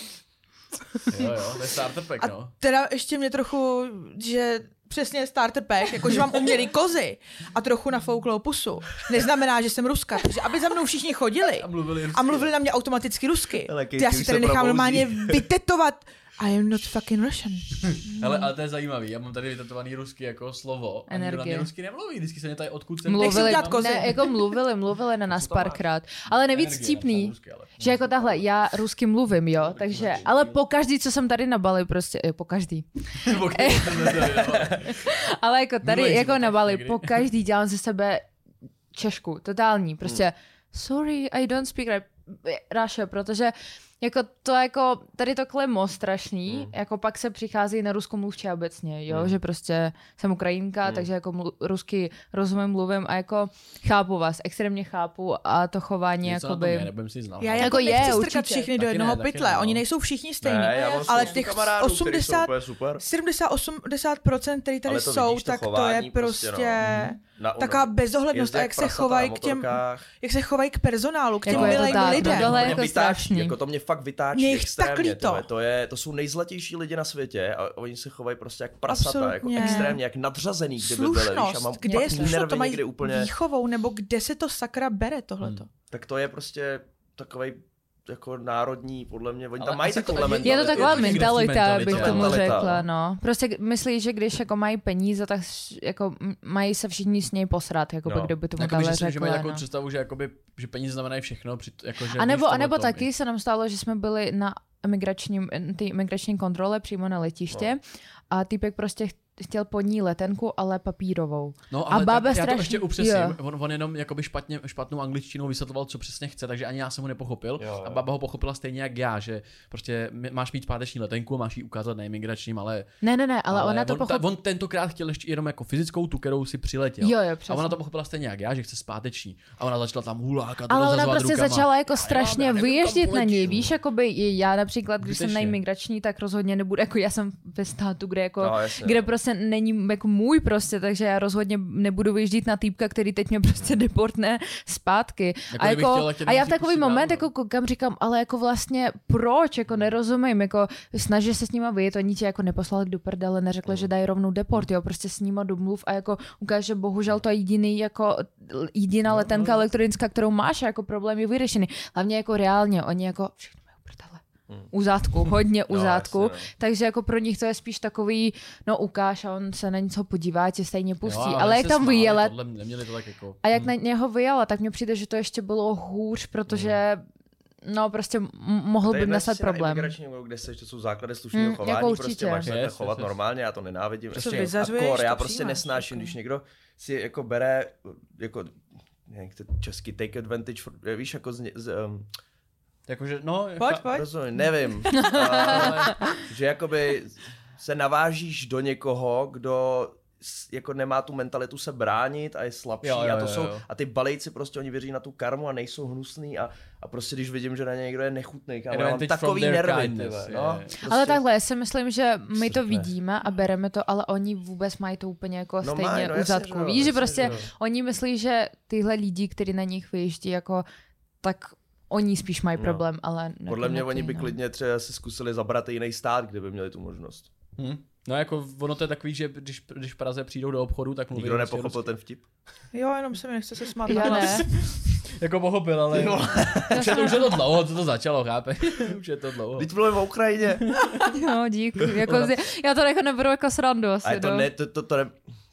Jo, jo, to je starter pack, no.
Teda ještě mě trochu, že přesně starter pack, jakože mám umělý kozy a trochu nafouklou pusu. Neznamená, že jsem Ruska, takže aby za mnou všichni chodili
A mluvili
a mluvili na mě automaticky rusky.
Ale
Ty já
Katie
si
už
tady
se
nechám
probouzí.
normálně vytetovat I am not fucking Russian.
Hele, ale to je zajímavý, já mám tady vytetovaný rusky jako slovo. A nikdo na mě
Energie.
rusky nemluví, vždycky se mě tady odkud jsem...
Mluvili,
dělat kozy.
ne, jako mluvili, mluvili na nás
Co to máš?
párkrát. Ale nejvíc
Energie,
vtipný,
napsal rusky, ale-
že jako tahle, já rusky mluvím, jo, takže, ale po každý, co jsem tady na Bali, prostě, eh, po každý.
Okay,
Ale jako tady,
Mluvím,
jako
že
na
tak
Bali,
někdy.
po každý dělám ze sebe Češku, totální, prostě sorry, I don't speak Russia, protože jako to jako, tady to klemo strašný,
Hmm.
jako pak se přichází na ruskomluvče obecně, jo,
Hmm.
že prostě jsem Ukrajinka,
Hmm.
takže jako mlu, rusky rozumím, mluvím a jako chápu vás, extrémně chápu a to chování
Něco na tom
jakoby...
je, nebudem si znal.
Já
Jako
jako
je,
nechci strkat
určitě.
všechny do
Taky
jednoho
ne, taky
pytle,
ne, no.
oni nejsou všichni stejní.
Ne, já mám
ale
spoustu
těch
kamarádů, kteří jsou
osmdesát
úplně super.
sedmdesát osmdesát procent, který tady
Ale to
jsou,
vidíš, to
tak to je
chování
prostě,
prostě, no. Na ono.
taková bezohlednost
Jezdí
a
jak
jak se
prasata
chovají
na
k těm,
motorkách.
jak se chovají k personálu, k těm
Jako je to
milým
tak,
lidem.
no tohle je
mě
jako
vytáčí,
strašný.
jako to mě fakt vytáčí
Mě jich tak
extrémně.
líto.
To, je, to, je, to jsou nejzlatější lidi na světě a oni se chovají prostě jak prasata, jako
Absolutně.
extrémně, jak nadřazený, kdyby byli. Víš, a mám
Slušnost, kde je
fakt
slušnost,
nervy
to mají
někdy úplně.
výchovou, nebo kde se to sakra bere tohleto.
Tak to je prostě takovej jako národní, podle mě, oni
Ale
tam mají
asi to
takovou
taky-
mentalitu.
Je to taková
to někde v té
mentalita,
mentalitě,
bych
no.
tomu
Mentalita,
řekla,
no.
no. Prostě myslí, že když jako mají peníze, tak jako m- mají se všichni s něj posrat, jako by
No.
kdyby tomu
Jakoby,
takhle
že, si, že mají
řekla,
takovou
no.
představu, že, jakoby, že peníze znamenají všechno. Při, jako, že
A nebo,
víš,
a nebo
tohleto,
taky se nám stalo, že jsme byli na imigračním, té imigrační kontrole přímo na letiště a týpek prostě ch- chtěl po ní letenku, ale papírovou.
No,
A
ale
bába
tak, já to
strašně-
ještě upřesním.
jo.
On, on jenom jakoby špatně, špatnou angličtinou vysvětloval, co přesně chce, takže ani já jsem ho nepochopil.
Jo, jo.
A baba ho pochopila stejně jak já, že prostě m- máš mít páteční letenku, máš ji ukázat na imigračním, ale,
Ne, ne, ne, ale, ale ona to
on, ta,
pochopila.
on tentokrát chtěl ještě jenom jako fyzickou, tu, kterou si přiletěl.
Jo, jo,
A
přesně.
ona to pochopila stejně jak já, že chce zpáteční. A ona začala tam hulákat,
Ale ona
rozhazovat
prostě
rukama.
začala jako
Já
strašně
nevím, kam
vyježdět na
poletím.
něj, víš, jakoby já například, když jsem na
Zbytečně.
imigrační, tak rozhodně nebudu, jako já jsem ve státu, kde jako,
No, jasně,
kde
no.
prostě není jako můj prostě, takže já rozhodně nebudu vyjíždít na týpka, který teď mě prostě deportne zpátky.
Jako
a,
kdybych
jako,
chtěl letět
a já v
nejdřív
takový
prostě
moment
dávno.
jako koukám, říkám, ale jako vlastně proč, jako nerozumím, jako snaží se s nima vyjet, oni tě jako neposlali do prdele, neřekli, že dají rovnou deport, jo, prostě s nima domluv a jako ukáže, že bohužel to je jediný jako jediná letenka elektronická, kterou máš a jako problém je vyřešený. Hlavně jako reálně, oni jako všechno mají u prdele. U zátku, hodně u
No,
zátku,
jasně, no.
takže jako pro nich to je spíš takový, no ukáž a on se na něco podívá, tě stejně pustí,
Jo,
ale jak
se
tam
smáli,
vyjela,
Tohle neměli to tak jako...
a jak
hm.
na něho vyjela, tak mně přijde, že to ještě bylo hůř, protože no prostě m- mohl by nastat problém.
Imigrační, kde seš, to jsou základy slušného
Mm,
chování,
jako
prostě
určitě.
máš se takhle
Yes,
chovat
yes, yes.
normálně, já to nenávidím.
Co
Prostě
vyzařuješ,
akor,
to
já prostě
přijímáš,
nesnáším,
jako.
když někdo si jako bere, jako, jak to česky, take advantage, for, víš, jako z, z um,
Jakože, no...
Pojď,
cha-
pojď.
rozumím, nevím, a, že jakoby se navážíš do někoho, kdo s- jako nemá tu mentalitu se bránit a je slabší
Jo, jo,
a to
jo,
jsou,
jo.
a ty balejci prostě oni věří na tu karmu a nejsou hnusný a, a prostě když vidím, že na ně někdo je nechutný, kámo, já mám
Advantage from
takový
their
nervy, ty
kindness,
vole,
je,
no,
je.
prostě.
Ale takhle, já si myslím, že my to
Srpne.
vidíme a bereme to, ale oni vůbec mají to úplně jako
No
stejně
mají, no
u
jasně,
zadku.
že jo,
Víš, že
jasně,
prostě
že jo.
oni myslí, že tyhle lidi, kteří na nich vyjíždí, jako tak oni spíš mají
No.
problém, ale ne-
Podle mě
ne
oni
ty,
by
no.
klidně třeba si zkusili zabrat jiný stát, kdyby měli tu možnost.
Hm. No jako ono to je takový, že když, když v Praze přijdou do obchodu, tak mluví
Nikdo
prostě
nepochopil
rusky.
ten vtip?
Jo, jenom se mi nechce se smát.
Já
na hlas.
ne.
jako pochopil, ale už je, to, už je to dlouho, co to začalo, chápe? Už je to dlouho.
Teď mluvím o Ukrajině.
No, díky. Jako, já to jako neberu jako srandu asi,
Ale to
no.
ne, to, to, to ne...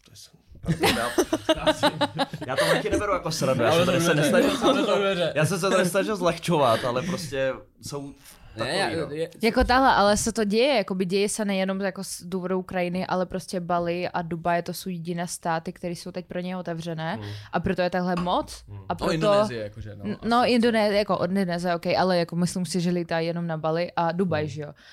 Já to taky neberu jako srandu, já, se se nesnažil, já jsem se to nesnažil zlehčovat, ale prostě jsou takový,
ne,
no.
je,
Jako tahle, ale se to děje, jakoby děje se nejenom jako z důvodu Ukrajiny, ale prostě Bali a Dubaj, to jsou jediné státy, které jsou teď pro ně otevřené
Hmm.
a proto je takhle moc.
Hmm.
A proto...
no Indonésie, jakože, no.
N- No, Indonésie, jako od Indonésie, ok, ale jako myslím si, že lítá jenom na Bali a Dubaj,
Hmm.
že jo. Uh,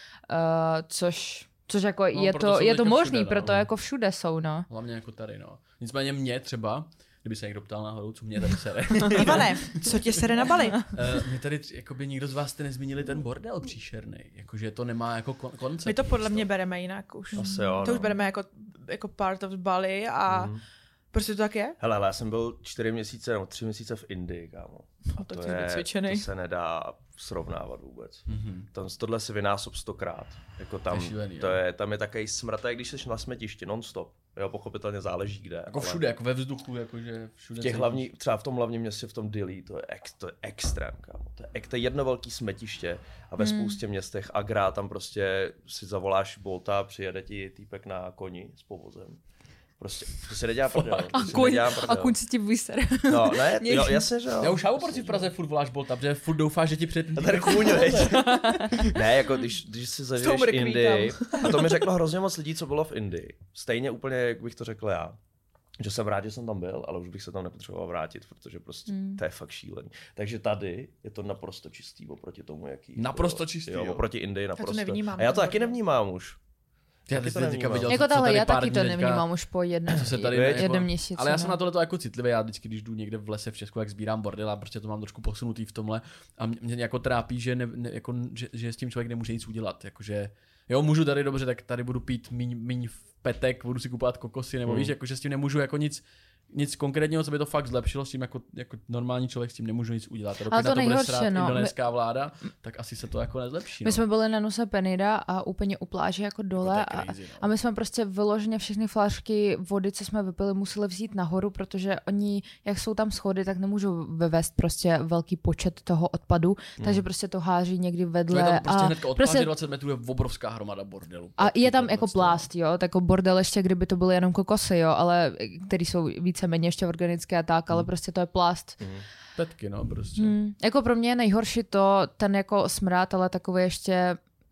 což, což jako
No,
je
proto
to,
jsou
je to
teďka
možný,
všude, no.
proto jako všude jsou, no.
Hlavně jako tady, no. Nicméně mě třeba, kdyby se někdo ptal náhodou, co mě tady sere.
Ivane, co tě sere na Bali?
Uh, mě tady, jakoby nikdo z vás jste nezmínili ten bordel příšerný, jakože to nemá jako kon- koncept.
My to podle mě bereme jinak už.
Asi jo,
To
no.
už bereme jako, jako part of Bali a
Mhm.
prostě to tak je.
Hele, ale já jsem byl čtyři měsíce nebo tři měsíce v Indii, kámo.
A tak
To,
jsi
je,
cvičený.
to se nedá srovnávat vůbec.
Mm-hmm.
Tam, tohle si vynásob stokrát. Jako tam,
To je šílený,
to
jo.
je, tam je takový smrt, jak když jsi na smetišti non-stop. Jo, pochopitelně záleží kde.
Jako
ale
všude, jako ve vzduchu, jakože všude.
V těch
cítíš.
hlavní, třeba v tom hlavním městě, v tom Dili, to je, ex, to je extrém, kámo. To je, to je jedno velký smetiště a ve
Hmm.
spoustě městech Agra tam prostě si zavoláš Bolta, přijede ti týpek na koni s povozem. Prostě, to se nedělá prdel.
A
to se
kuň,
nedělá
a
prdel.
kuň si ti vysere.
No, ne, jo, jasně, že jo.
Já už chápu, proč si v Praze furt voláš Bolta, protože furt doufáš, že ti přijde ten
A ten kůň, veď. Ne, jako když, když si
tou
zažiješ
mrkví
Indii, a to mi řeklo hrozně moc lidí, co bylo v Indii. Stejně úplně, jak bych to řekl já. Že jsem rád, že jsem tam byl, ale už bych se tam nepotřeboval vrátit, protože prostě
Hmm.
to je fakt šílený. Takže tady je to naprosto čistý oproti tomu, jaký...
Naprosto
jo,
čistý,
Jo,
jo.
oproti Indii naprosto.
nevnímám,
a já
to
to taky
bordel.
nevnímám už.
Já
Taky
ty
to
jsi teďka
nevnímám.
viděl,
Jako
co- co
tahle,
tady
já
pár
taky
dní
to
teďka-
nevnímám už po jedné,
Co se tady
Veď,
jeden měsíc.
Ale já jsem
no.
na tohle jako citlivý, já vždycky, když jdu někde v lese v Česku, jak sbírám bordel a prostě to mám trošku posunutý v tomhle a mě, mě jako trápí, že, ne, ne, jako, že, že s tím člověk nemůže nic udělat, jakože jo, můžu tady dobře, tak tady budu pít míň, míň v petek, budu si kupovat kokosy, nebo
Hmm.
víš, jakože s tím nemůžu jako nic, nic konkrétního, co by to fakt zlepšilo, s tím jako, jako normální člověk s tím nemůžu nic udělat. A dokud
Ale to
na to bude
nejhorší,
srát
no,
indonéská vláda, tak asi se to jako nezlepší.
My
no.
jsme byli na Nusa Penida a úplně u pláže jako dole
to je
a,
crazy, no.
a my jsme prostě vyloženě všechny flašky vody, co jsme vypili, museli vzít nahoru, protože oni, jak jsou tam schody, tak nemůžou vyvést prostě velký počet toho odpadu,
Hmm.
takže prostě to háží někdy
To
vedle.
je tam prostě
a
hnedka od
prostě-
pláže dvacet metrů je obrovská hromada bordelu.
A je tam
Tohle
jako
to-
plást, jo, tak jako bordel ještě, kdyby to byly jenom kokosy, jo, ale který jsou víceméně ještě organické a tak, ale prostě to je plást.
Hmm.
Petky, no, prostě.
Hmm. Jako pro mě je nejhorší to, ten jako smrad, ale takový ještě,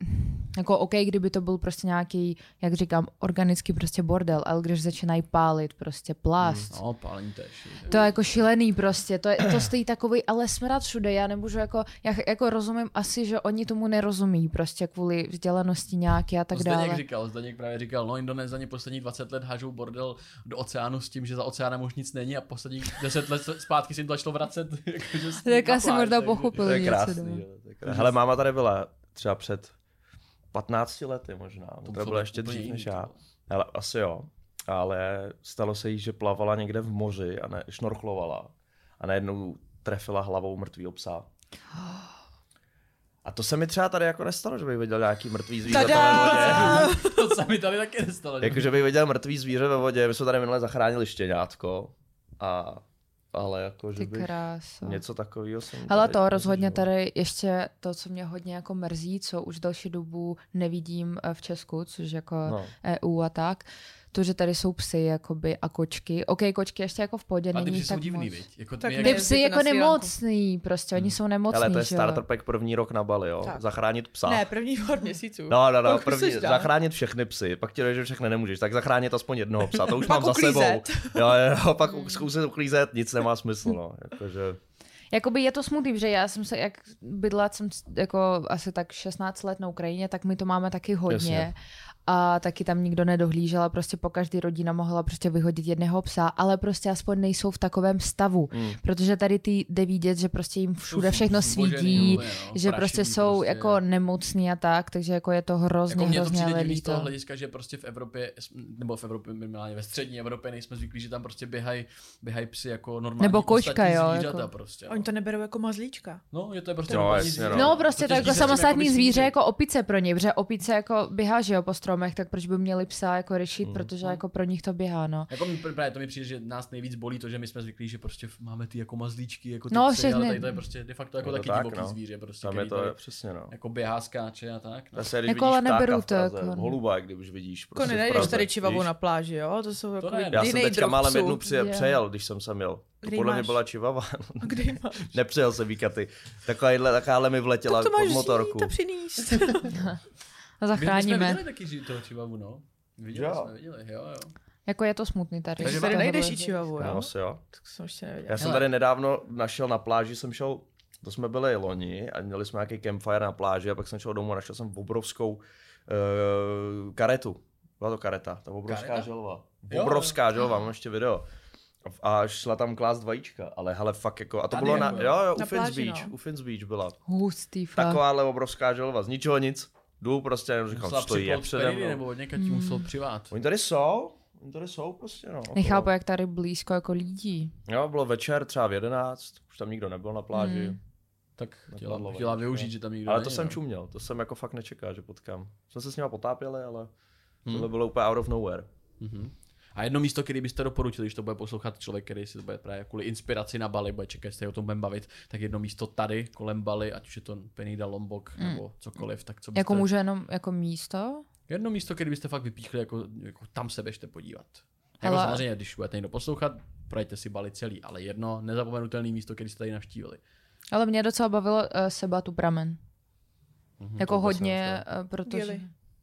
jako OK, kdyby to byl prostě nějaký, jak říkám, organický prostě bordel, ale když začínají pálit prostě plást.
No, pálení to je šílený.
To je jako šílený prostě, to, je, to stojí takový, ale smrad všude, já nemůžu jako, já jako rozumím asi, že oni tomu nerozumí prostě kvůli vzdělanosti nějaké a tak
to Zdeněk
dále.
říkal, Zdeněk právě říkal, no Indonézani poslední dvacet let hážou bordel do oceánu s tím, že za oceánem už nic není a posledních deset let zpátky si jim to začalo vracet. Jakože
Tak
na
asi
pláž,
možná
takže-
pochopil
To je
něco.
krásný.
no.
jo, to je krásný. Hele, máma tady byla třeba před patnácti lety možná. To, to
muselo
bylo
být
ještě
úplně
dřív
jiný,
než
to
já.
bylo.
Ale asi jo. Ale stalo se jí, že plavala někde v moři a ne, šnorchlovala. A najednou trefila hlavou mrtvýho psa. A to se mi třeba tady jako nestalo, že bych viděl nějaký mrtvý zvíře ve
Tada!
vodě.
To se mi tady taky nestalo. že?
Jakože bych viděl mrtvý zvíře ve vodě. My jsme tady minule zachránili štěňátko. A, ale jako, že
Ty
bych
kráso.
něco takového jsem
Hele,
tady
to rozhodně
nezažil.
tady ještě to, co mě hodně jako mrzí, co už další dobu nevidím eh, v Česku, což jako
No.
E U a tak, to, že tady jsou psy jakoby a kočky. OK, kočky ještě jako v pohodě,
A ty
není
psy jsou
tak
divný,
moc.
viď? Jako
Tak
my,
ne-
Ty
jak,
psy
Jezdíte
jako
na Srí Lanku.
nemocný, prostě, oni jsou nemocný,
Ale to je
že jo.
starter pack první rok na Bali, jo?
Tak.
Zachránit psa.
Ne, první pár měsíců.
No, no, no,
Kolik
první,
chceš dát?
zachránit všechny psy, pak ti že všechny nemůžeš, tak zachránit aspoň jednoho psa, to už
Pak
mám za sebou.
uklízet.
Jo, jo, pak zkusit uklízet, nic nemá smysl, no, jakože...
Jakoby je to smutný, protože já jsem se, jak bydla jsem jako asi tak šestnáct let na Ukrajině, tak my to máme taky hodně.
Jasně.
A taky tam nikdo nedohlížel a prostě po každý rodina mohla prostě vyhodit jedného psa, ale prostě aspoň nejsou v takovém stavu,
Mm.
protože tady ty jde vidět, že prostě jim všude všechno
zbožený
svítí,
úplně, no,
že prostě
prašivý
jsou
prostě.
jako nemocní a tak, takže jako je to hrozně,
jako mně to
hrozně
přijde
ale
divný z toho
líto.
hlediska, že prostě v Evropě, nebo v Evropě minimálně ve střední Evropě nejsme zvyklí, že tam prostě běhají běhaj psy jako normální
Nebo kočka,
ostatní
jo,
zvířata
jako.
prostě.
Oni
No.
to neberou jako mazlíčka.
no, je to je prostě
No,
normální
jasně,
zvíře.
no.
No prostě to
Totiž
jako
když se s tím
samostatný
jakoby
zvíře
smíří.
jako opice pro ně, protože opice jako běhá, že jo, po stromech stromech, tak proč by měli psa jako řešit,
Mm.
protože jako pro nich to běhá, no.
Jako mi, právě to mi přijde, že nás nejvíc bolí to, že my jsme zvyklí, že prostě máme ty jako mazlíčky, jako ty
No,
psy, ale
všechny.
tady to je prostě de facto jako
Je to
taky
tak,
divoký
no.
zvíře, prostě,
Tam je
který
to
tady
je, přesně no.
jako běhá, skáče a tak. No.
Zase, když
Jako, ale
vidíš
neberu
ptáka v
to
Praze,
jako, no.
holuba, když vidíš
Jako
prostě v
nenajdeš
Praze,
tady čivavu
víš?
na pláži, jo? To jsou jako
ne,
Já jsem
jiný
teďka
druh
málem
psů.
jednu při,
Jo.
přejel, když jsem sem jel. To
Kde
podle mě
máš?
byla čivava.
A kde ji máš?
Nepřejel jsem Víkaty. Takováhle, takováhle mi vletěla
Tak to
pod
máš
motorku.
vzít a přinést.
A
My, my jsme
zachráníme.
viděli taky ži- toho čivavu, no. Viděli
Jo.
jsme, viděli, jo, jo.
Jako je to smutný tady.
Takže
z
tady
tohohle.
najdeš i čivavu,
No,
jo?
asi jo.
Tak jsem ještě nevěděla.
Já jsem
Hele.
tady nedávno našel na pláži, jsem šel, to jsme byli loni a měli jsme nějaký campfire na pláži a pak jsem šel domů a našel jsem obrovskou uh, karetu. Byla to kareta, ta obrovská
Kareta?
želva.
Jo,
Obrovská želva, mám ještě video. A šla tam klást vajíčka, ale hele fakt jako, a to
Tady
bylo na,
jako-
jo, jo, u
na
Fins
pláži,
Beach,
no.
u Fins Beach byla.
Hustý fakt.
Takováhle obrovská želva, z ničeho nic. Jdu prostě, jenom říkám,
Musela
stojí
připlout
přede
Periny,
mnou.
nebo od někud ti musel přivát.
Oni tady jsou, oni tady jsou prostě, no.
Nechápu,
okolo.
jak tady blízko jako lidí.
Jo, bylo večer třeba v jedenáct, už tam nikdo nebyl na pláži.
Hmm.
Tak chtěla,
Napadlo
chtěla
vajíčko.
využít, že tam nikdo
Ale
není,
to jsem
no.
čuměl, to jsem jako fakt nečekal, že potkám. Jsme se s nima potápěli, ale
Hmm.
tohle bylo úplně out of nowhere.
Mhm. A jedno místo, který byste doporučili, když to bude poslouchat člověk, který si to bude právě kvůli inspiraci na Bali, bude čekat, jestli se o tom budeme bavit, tak jedno místo tady, kolem Bali, ať už je to Penida, Lombok
Mm.
nebo cokoliv, tak co byste...
Jako může jenom jako místo?
Jedno místo, který byste fakt vypíchli, jako, jako tam se běžte podívat. Jako
Ale-
samozřejmě, když budete někdo poslouchat, projďte si Bali celý, ale jedno nezapomenutelné místo, který jste tady navštívili.
Ale mě docela bavilo uh, Sebatu pramen.
Mhm.
Jako
to vůbec
hodně, uh, protože...
Gili.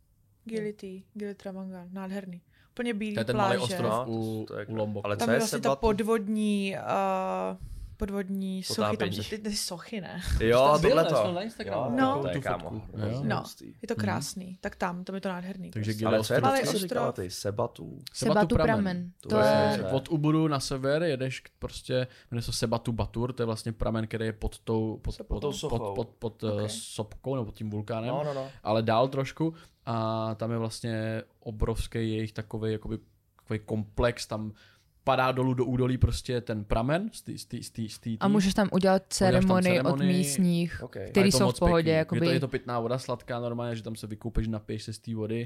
Gili T, Gili Travangan, nádherný. Úplně bílý
To je ten malý
pláže.
ostrov
No,
u,
to je-
u Lomboku.
ale
Tam
co
je
je
vlastně ta
Sebatu?
podvodní, uh, podvodní sochy, tam
Potápění.
jsou ty, ty sochy, ne?
Jo,
Tam byl,
tohle
ne?
to.
Jsme na Instagramu.
No.
to je
Tu
kámo.
fotku.
hrozně
Jo.
No.
hustý.
Je to krásný. Tak tam, tam je to nádherný.
Takže
prostě.
Gili
Ale co je to,
Malý
co jsi
ostrov.
říkala ty? Sebatu.
Sebatu pramen.
To
To
je-
je...
je-
Od Uburu na sever jedeš k- prostě, jmenuje se Sebatu Batur, to je vlastně pramen, který je pod tou, pod, pod,
tou
pod,
sochou.
pod, pod, pod
Ok.
okay. sopkou nebo pod tím vulkánem,
No, no, no.
ale dál trošku a tam je vlastně obrovský jejich takový jakoby takový komplex, tam padá dolů do údolí prostě ten pramen z tý, z tý, z tý, z tý,
A můžeš tam udělat ceremonii od
ceremonii.
místních,
Ok.
A je
který
to
jsou
moc
v pohodě.
pěkný.
Jakoby...
Je, to, je to pitná voda sladká normálně, že tam se vykoupeš, napiješ se z té vody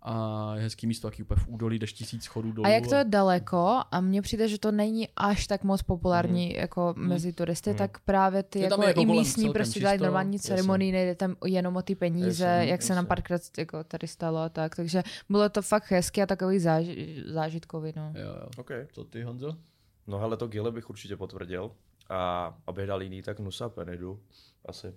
a je hezký místo, taky úplně v údolí, jdeš tisíc schodů dolů.
A jak to je daleko, a mně přijde, že to není až tak moc populární
Mhm.
jako mezi turisty,
Mhm.
tak právě ty
Je tam
jako,
jako
i
kolem
místní
celkem
prostě dělají
čisto,
normální
jasně.
ceremonii, nejde tam jenom o ty peníze,
Jasně,
jak se nám
jasně.
párkrát jako tady stalo a tak, takže bylo to fakt hezký a takový záž, zážitkový, no.
Jo, jo.
OK.
Co ty, Honzo?
No hele, to Gili bych určitě potvrdil. A abych dal jiný, tak Nusa Penidu. Asi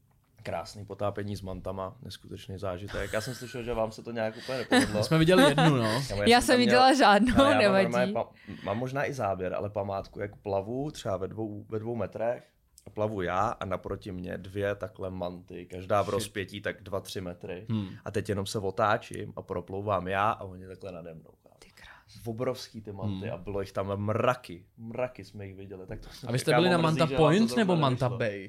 krásný potápění s mantama, neskutečný zážitek. Já jsem slyšel, že vám se to nějak úplně nepovedlo.
My jsme viděli jednu, no.
Kámo,
Já jsem
tam
viděla
měl-
žádnou,
Hele, já mám,
nevadí.
normálně pa- mám možná i záběr, ale památku, jak plavu třeba ve dvou, ve dvou metrech. A plavu já a naproti mě dvě takhle manty, každá v rozpětí tak dva, tři metry.
Hmm.
A teď jenom se otáčím a proplouvám já a oni takhle nade mnou.
Ty krás.
Obrovský ty manty
Hmm.
a bylo jich tam mraky. Mraky jsme jich viděli. Tak to
A vy jste
kámo,
byli na
mrzí,
Manta
že vám to
Point
zrovna
nebo Manta
nevyšlo.
Bay?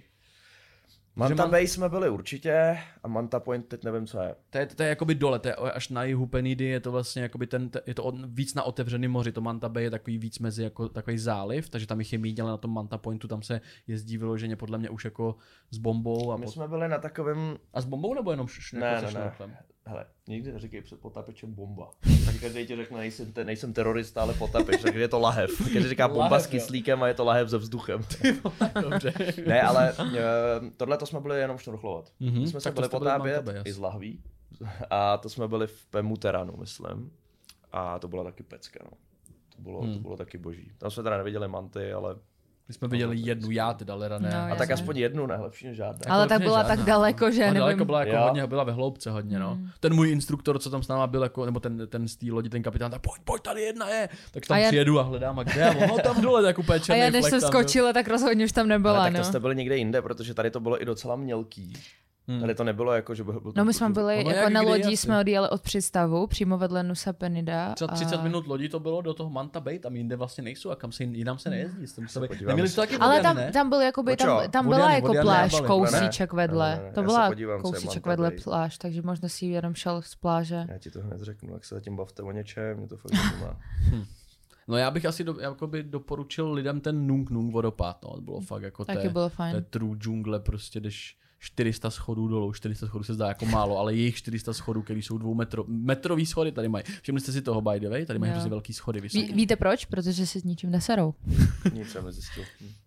Manta
man-
Bay jsme byli určitě a Manta Point teď nevím, co je.
To je, to je jakoby dole, to je až na jihu Penidy, je to vlastně jakoby ten, te- je to od, víc na otevřeném moři, to Manta Bay je takový víc mezi jako takový záliv, takže tam jich je míň, ale na tom Manta Pointu tam se jezdí vyloženě podle mě už jako s bombou a,
My
pod,
jsme byli na takovém.
a s bombou nebo jenom š,
Ne,
jako
ne,
se
ne.
šnorchlem?
Hele, nikdy neříkej před potápěčem bomba. Tak každý ti řekne, nejsem, te, nejsem terorista, ale potápěč, takže je to lahev. Každý říká bomba
Lahev,
s kyslíkem a je to lahev se vzduchem.
Dobře.
Ne, ale tohle to jsme byli jenom šnorchlovat.
Mhm,
My jsme se
tak to
byli
jste byli v
potápět
Manta Bay,
i
jasně.
z lahví. A to jsme byli v Pemuteranu, myslím. A to byla taky pecka, no. To bylo,
Hmm.
to bylo taky boží. Tam jsme teda neviděli manty, ale...
My jsme viděli jednu, já teda, Lera ne.
No,
A
já
tak
jsem-
aspoň jednu, ne, lepší než žádná.
Ale tak
lepší
byla
než
tak
žádná.
daleko, že
No,
nevím.
daleko byla jako
Jo.
hodně, byla ve hloubce hodně, no.
Mm.
Ten můj instruktor, co tam s náma byl, jako, nebo ten, ten z té lodi, ten kapitán, tak pojď, pojď, tady jedna je. Tak tam
A já-
přijedu a hledám a kde, a ono tam dole, tak úplně
A
černý
já než
flek
jsem
tam byl.
skočila, tak rozhodně už tam nebyla,
Ale tak to
no.
jste byli někde jinde, protože tady to bylo i docela mělký.
Hmm.
Tady to nebylo jako, že by byl...
No my jsme byli,
Ono
jako
jak
na
kdy
lodi
asi.
jsme odjeli od přístavu, přímo vedle Nusa Penida.
Třeba
a-
třicet minut lodí to bylo do toho Manta Bay, tam jinde vlastně nejsou a kam se jin- jinam se nejezdí. Jste museli...
podíváme
Neměli
se.
to taky
Ale
Vodiany,
tam,
ne?
tam byl jakoby,
Počo,
tam, tam
Vodiany,
byla jako
Vodiany
pláž,
Bali.
kousíček
Ne,
vedle.
ne, ne, ne,
To
já se
byla
podívám, co je
kousíček
Manta
vedle
Bay.
pláž, takže možná si jenom šel z pláže.
Já ti to hned řeknu, jak se zatím bavte o něčem, mě to fakt zajímá.
No já bych asi do, jakoby doporučil lidem ten Nung Nung vodopád, no, to bylo fakt jako
Taky
té,
bylo
té
fajn.
true džungle, prostě jdeš čtyři sta schodů dolů. čtyři sta schodů se zdá jako málo, ale jejich čtyři sta schodů, které jsou dvou metro, metrový schody tady mají. Všimli jste si toho, by the way? Tady mají prostě velký schody vysoké.
Ví, víte proč? Protože se s ničím neserou.
Nic jsem nezjistil.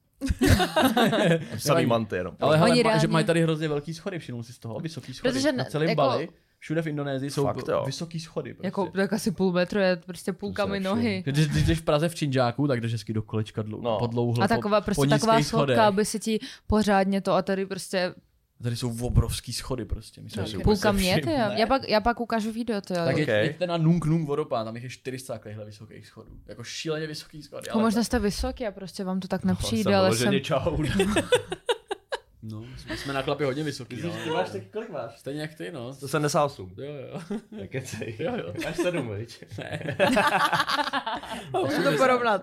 Samý manty jenom.
Ale hele,
reálně...
že mají tady hrozně velký schody, všiml si z toho, vysoký schody.
Protože
na celém
jako...
Bali, všude v Indonésii jsou
Fakt, jo.
vysoký schody. Prostě.
Jako tak asi půl metru je prostě půlka mi nohy.
Když, když jdeš v Praze v Činžáku, tak jdeš hezky do kolečka dlou,
no.
podlouhle,
A taková
po,
prostě
po
taková
nízkých schodech.
schodka, aby se ti pořádně to a tady prostě
Tady jsou obrovský schody prostě. Myslím,
no,
že
půlka
se
mě,
všim-
ty jo. Já pak, já pak ukážu video, ty jo.
Tak
Okay.
okay. jeďte na Nung Nung vodopád, tam jich je čtyři sta takovýchhle vysokých schodů. Jako šíleně vysoký schody.
Jako možná jste vysoký a prostě vám to tak nepřijde,
no,
ale
jsem...
jsem...
Čau.
No, jsme, jsme na chlapi hodně vysoký.
Ty,
No.
ty máš taky, kolik máš?
Stejně jak ty, no.
To sedmdesát osm.
Jo, jo.
Tak kecej.
Jo, jo.
Máš sedm, viď?
Ne.
Můžu to porovnat.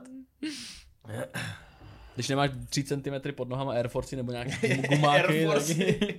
Když nemáš tři centimetry pod nohama Air Force nebo nějaké gumáky. tak...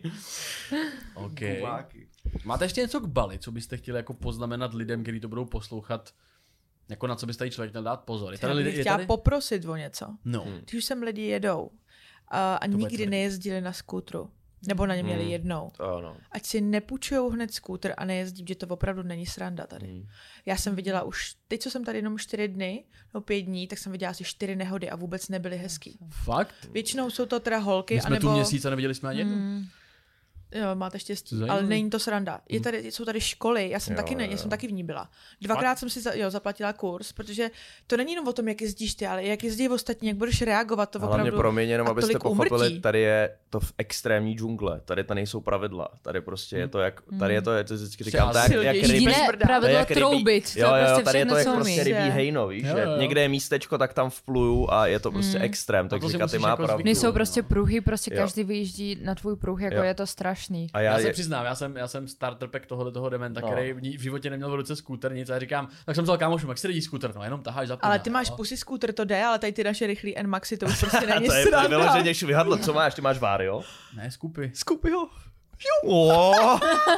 okay.
Gumáky.
Máte ještě něco k Bali, co byste chtěli jako poznamenat lidem, kteří to budou poslouchat? Jako na co byste jí člověk měl dát pozor? Je tady,
Já bych
lidi, je
chtěla
tady...
poprosit o něco.
No.
Když už sem lidi jedou a, a nikdy
tvrdý.
nejezdili na skútru, nebo na něm měli
Hmm.
jednou,
To jo, no.
ať si nepůjčujou hned skútr a nejezdí, že to opravdu není sranda tady.
Hmm.
Já jsem viděla už, teď co jsem tady jenom čtyři dny, no pět dní, tak jsem viděla asi čtyři nehody a vůbec nebyly hezký.
Fakt?
Většinou jsou to teda holky,
My jsme
anebo...
tu měsíc a neviděli jsme ani jednu.
Mm,
Jo, máte štěstí,
Zajímavý.
ale není to sranda. Je tady, jsou tady školy, já jsem
Jo,
taky ne,
jo.
já jsem taky v ní byla. Dvakrát jsem si za, jo, zaplatila kurz, protože to není jenom o tom, jak jezdíš ty, ale jak jezdí ostatní, jak budeš reagovat, to
A hlavně
opravdu.
pro mě, jenom
a
abyste
tolik
pochopili,
úmrtí.
tady je to v extrémní džungle, tady to nejsou pravidla, tady prostě je to jak, tady je to, je to vždycky říkám, tak jak
Silnější.
ryby,
jediné
smrdá.
to je
pravidlo
jak rybí,
troubit, to
jo,
je
jo,
prostě
tady je to
všechno,
jak
co
prostě
umí.
rybí hejno, víš,
Jo,
že
jo, jo.
někde je místečko, tak tam vpluju a je to prostě extrém,
to si
takže Katy
musíš
má
jako
pravdu.
zvyknout.
Nejsou prostě pruhy, prostě
Jo.
každý vyjíždí na tvůj pruh, jako
Jo.
je to strašný.
A
Já,
já,
se
je,
přiznám, já jsem, já jsem starter pack tohohle toho dementa,
No.
který v, ní- v životě neměl v ruce skúter, nic a říkám, tak jsem vzal kámošům, jak si řídí skúter, no jenom taháš za
Ale
pedál,
ty máš
no.
pusy skútr, to jde, ale tady ty naše rychlý N-Maxy, to už prostě není
to je to je
sranda.
vyloženě švihadlo, co máš, ty máš Vario?
Ne, skupy.
Skupy ho.
Oh,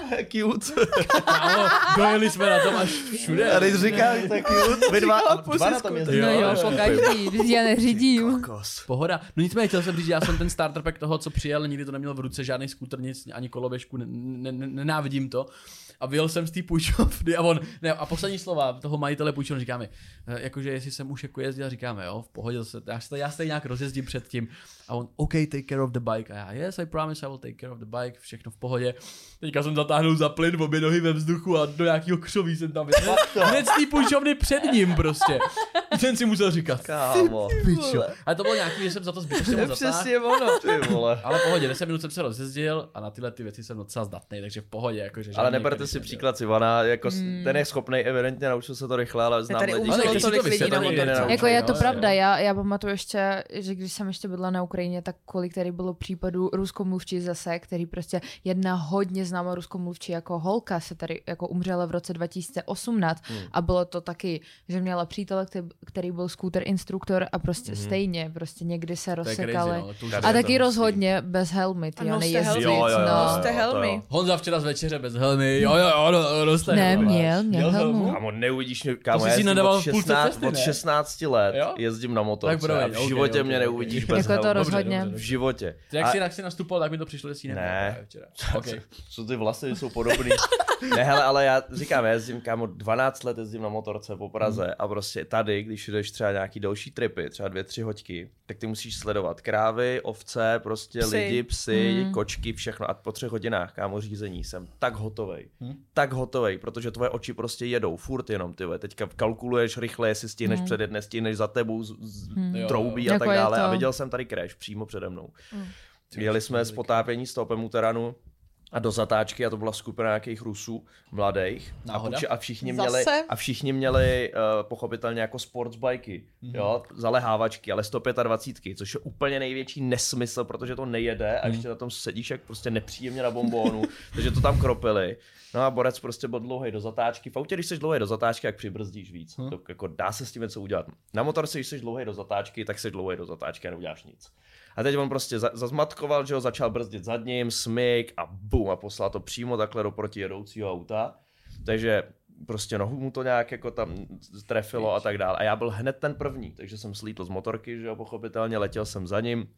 cute.
Kámo, dojeli jsme na tom až všude.
Já teď říkám, to je cute. Vy dva, dva na tom jezdíte.
No jo,
jo,
po
jo.
každý, když já neřídím.
Kokos.
Pohoda. No nicméně chtěl jsem říct, že já jsem ten starter pack toho, co přijel, nikdy to neměl v ruce, žádný skúter, nic, ani koloběžku, ne, ne, ne, nenávidím to. A vyjel jsem z té půjčovny a on, ne, a poslední slova toho majitele půjčovny říkáme, eh, jakože jestli jsem už jako jezdil, říkáme, jo, v pohodě, se, já se já se tady nějak rozjezdím předtím. A on, OK, take care of the bike. A já, yes, I promise I will take care of the bike, všechno v pohodě. Teďka jsem zatáhnul za plyn, obě nohy ve vzduchu a do nějakého křoví jsem tam vyšel. Hned z té půjčovny před ním prostě. Ten si musel říkat,
Kámo.
pičo. Ale to bylo nějaký, že jsem za to zbytečně moc zatáhl.
Přesně ono.
Ty vole.
Ale v pohodě, deset minut jsem se rozjezdil a na tyhle ty věci jsem docela zdatný, takže v pohodě. Jakože
Ale
žádný
neberte
některý
si
nedělal.
příklad Ivana, jako mm. ten je schopnej, evidentně naučil se to rychle, ale znám
tady
lidi,
umřelo
kteří-
tolik
to
lidí na
vysvětlí,
motorce.
ne,
Jako je to
jo,
pravda,
jo.
já, já pamatuju ještě, že když jsem ještě bydla na Ukrajině, tak kolik tady bylo případů ruskomluvčí zase, který prostě jedna hodně známá ruskomluvčí jako holka se tady jako umřela v roce dva tisíce osmnáct
Hmm.
a bylo to taky, že měla přítele, který, který byl scooter instruktor a prostě
Mhm.
stejně, prostě někdy se
To je crazy,
rozsekali.
no, to už
Tady
A
je
taky
to
rozhodně bez helmy, ty
Ano,
jo,
jste
nejezdit,
helmy.
Jo, jo, jo,
no.
Jste
jo, to
helmy.
jo.
Honza včera z večeře bez helmy, jo, jo, jo, no, roste.
Neměl, měl helmu.
Kámo, neuvidíš mě, kámo,
To jsi
já
si
jezdím
nadával
od,
v půlce
šestnáct,
cesty,
od
ne?
šestnácti let
Jo?
jezdím na motorce
Tak promiň,
a v
ok,
životě
ok,
mě
ok.
neuvidíš bez
Jako to
helmy.
rozhodně.
dobře,
V
dobře.
životě.
Ty jak
A-
si, jak si nastupoval, tak mi to přišlo, že si neměl
Ne.
právě včera. Okay.
Co ty vlasy jsou podobný. Ne, hele, ale já říkám, já jezdím, kámo, dvanáct let jezdím na motorce po Praze
Hmm.
a prostě tady, když jdeš třeba nějaký další tripy, třeba dvě, tři hoďky, tak ty musíš sledovat krávy, ovce, prostě
Psy.
lidi, psy,
Hmm.
kočky, všechno a po třech hodinách, kámo, řízení jsem tak hotovej.
Hmm.
Tak hotovej, protože tvoje oči prostě jedou, furt jenom, ty vole. Teďka kalkuluješ rychle, jestli stihneš
Hmm.
předjet, nestihneš za tebou, z, z,
Jo,
troubí
jo.
a
Jako
tak
je
dále.
to-
A viděl jsem tady crash přímo přede mnou.
Mm.
Jeli jsme z potápění stopem u teranu a do zatáčky a to byla skupina nějakých Rusů mladých a,
Náhoda?
poči- a všichni
Zase?
měli a všichni měli uh, pochopitelně jako sportsbajky, mm-hmm. jo, zalehávačky, ale sto dvacet pět, což je úplně největší nesmysl, protože to nejede a ještě na tom sedíš jak prostě nepříjemně na bombónu, takže to tam kropili. No a borec prostě byl dlouhý do zatáčky. V autě, když jsi dlouhý do zatáčky, jak přibrzdíš víc.
Hmm.
To, jako dá se s tím něco udělat. Na motorce, když jsi dlouhý do zatáčky, tak jsi dlouhý do zatáčky a neuděláš nic. A teď on prostě za, zazmatkoval, že ho začal brzdit zadním, smyk a bum a poslal to přímo takhle do protijedoucího auta. Takže prostě nohu mu to nějak jako tam trefilo a tak dále. A já byl hned ten první, takže jsem slítl z motorky, že jo, pochopitelně, letěl jsem za ním.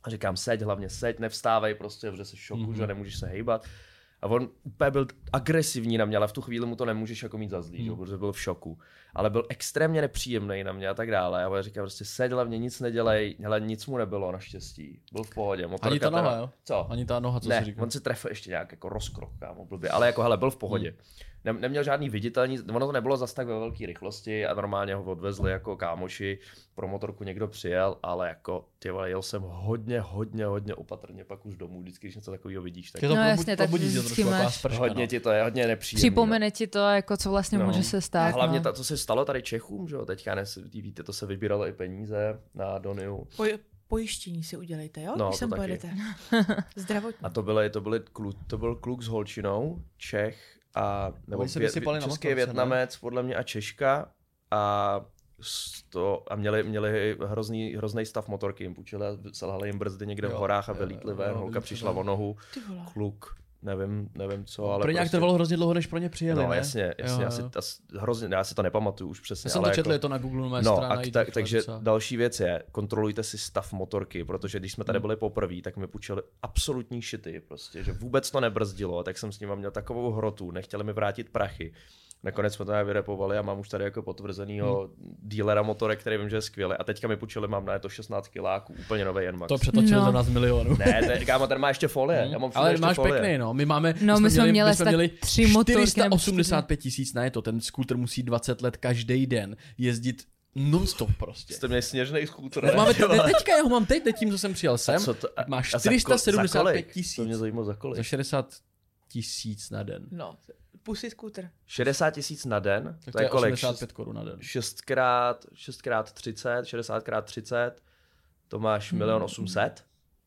A říkám, seď, hlavně seď, nevstávej prostě, protože jsi v šoku,
Mhm.
že nemůžeš se hejbat. A on úplně byl agresivní na mě, ale v tu chvíli mu to nemůžeš jako mít za zlý,
Hmm.
že? Protože byl v šoku. Ale byl extrémně nepříjemný na mě a tak dále. A on říkal prostě seď, hlavně nic nedělej, hele, nic mu nebylo naštěstí. Byl v pohodě. Motorka
Ani ta noha,
teda-
jo?
Co?
Ani ta noha, co
ne,
jsi říkal.
on se trefil ještě nějak jako rozkrok, kámo, blbě. Ale jako hele, byl v pohodě.
Hmm.
Ne, neměl žádný viditelný, ono to nebylo zas tak ve velké rychlosti a normálně ho odvezli jako kámoši, pro motorku někdo přijel, ale jako ty vole, jel jsem hodně, hodně, hodně opatrně pak už domů, vždycky, když něco takového vidíš, tak
Je to
No
probud-
jasně, tak
probudí tě
vždycky
trošku
máš-
taková sprška,
hodně
no.
ti to je, hodně nepříjemné.
Připomene ti to, jako co vlastně
No.
může se
A
stát.
hlavně
no.
ta, co se stalo tady Čechům, že jo, teďka ne, víte, to se vybíralo i peníze na Doniu.
Poj- pojištění si udělejte, jo?
No,
Když
to
sem
taky.
pojedete. Zdravotní.
A to byly, to byly klu, to byl kluk s holčinou, Čech a nebo
Oni se
vě-
vysypali na
český
motorce, ne?
Větnamec, podle mě a Češka a sto, a měli, měli hrozný, hrozný stav motorky, jim půjčili a selhali jim brzdy někde v
Jo,
horách a
jo,
vylítli
jo,
ven,
jo,
holka
vylítli
přišla
ven.
o nohu,
Ty vole.
kluk, nevím, nevím co, ale
Pro nějak
prostě,
trvalo hrozně dlouho, než pro ně přijeli,
no
ne?
jasně, jasně,
Jo,
asi,
jo.
asi, hrozně, já si to nepamatuju už přesně,
Já jsem
ale
to četl,
jako,
je to na Google, moje
no,
strana.
a
i
ta,
těch
takže
docela.
další věc je, kontrolujte si stav motorky, protože když jsme tady
Hmm.
byli poprvé, tak mi půjčili absolutní šity, prostě, že vůbec to nebrzdilo, tak jsem s nimi měl takovou hrotu, nechtěli mi vrátit prachy. Nakonec jsme to nějak vyrepovali a mám už tady jako potvrzenýho hmm. dílera motorek, který vím, že je skvělý. A teďka mi půjčili, mám na je to šestnáct kiláků, úplně nový N-Max.
To přetočil
No.
za nás milionů.
Ne, te, kámo, ten má ještě folie. Já mám všude
Ale
ještě
máš
folie.
pěkný, no. My máme,
No, my jsme měli
my jsme
tak
měli
tři motorky nebo
čtyři sta osmdesát pět tisíc na je to. Ten skútr musí dvacet let každý den jezdit non-stop prostě.
Jste měli sněžný skútr.
Tak
ne?
máme te, teď, já ho mám teď, teď tím, co jsem přijel sem,
co to-
tak máš
a za
čtyři sta sedmdesát
za
pět
kolik?
tisíc.
To mě zajímalo za
Za
kolik.
šedesát tisíc na den.
No, pusy skútr.
šedesát tisíc na den,
Tak
to je kolik?
osmdesát pět korun na den.
šest krát, šest krát třicet, šedesát krát třicet, to máš milion osmset.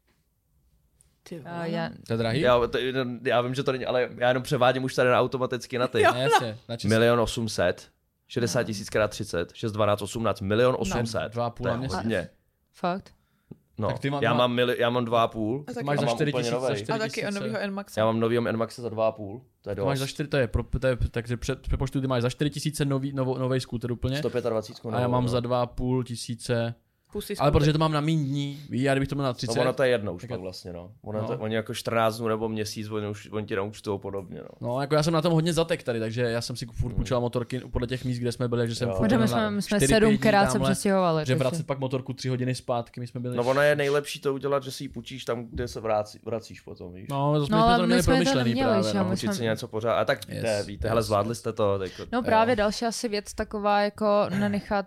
Ty
A
vole.
já,
To je drahý?
Já, to, já vím, že to není, ale já jenom převádím už tady na automaticky na ty.
Ne, jasně. Na číslo.
Milion osmset, šedesát tisíc krát třicet, šest, dvanáct, osmnáct, milion osmset.
dva a půl
To je
na měsíc.
hodně.
fakt?
No,
Tak ty má
já,
dva-
mám mili, já mám dva a půl.
A
To
taky,
máš
a
za
mám
čtyři
úplně
tisíce, za
novej.
čtyři
a taky o
tisíce.
novýho N-Maxa.
Já mám novýho N-Maxe za dva a půl. To je
To máš za
dost.
čtyři, to je, pro, to je takže před, přepočtu ty máš za čtyři tisíce nový, novo, nový skúter úplně.
sto dvacet pět
A já mám za dva a půl tisíce.
Pusy
Ale
skútr.
protože to mám na méně dní, víš, já kdybych to měl na třicet.
No ono to je jedno už
Tak
pak
je-
vlastně, no. Ono
No.
to, oni jako čtrnáct dnů nebo měsíc, oni, už, oni ti naučtou podobně, no.
No, jako já jsem na tom hodně zatek tady, takže já jsem si furt půjčoval motorky podle těch míst, kde jsme byli, že jsem
Jo.
furt
Protože my
jel na
jsme, my jsme
čtyři, pět dní
sedmkrát se
tamhle,
přestěhovali.
Že
takže-
vracet pak motorku tři hodiny zpátky, my jsme byli.
No ono je nejlepší to udělat, že si ji půjčíš tam, kde se vrací, vracíš potom, víš.
No, to jsme,
No,
jsme
ale
to
my
neměli
jsme to
promyšlený
neměli,
právě.
že jo,
No.
my
Učit si
jsme-
něco pořád. A tak
Yes,
ne, víte,
yes,
hele, zvládli
yes.
jste to. Tak,
No právě další asi věc taková, jako nenechat,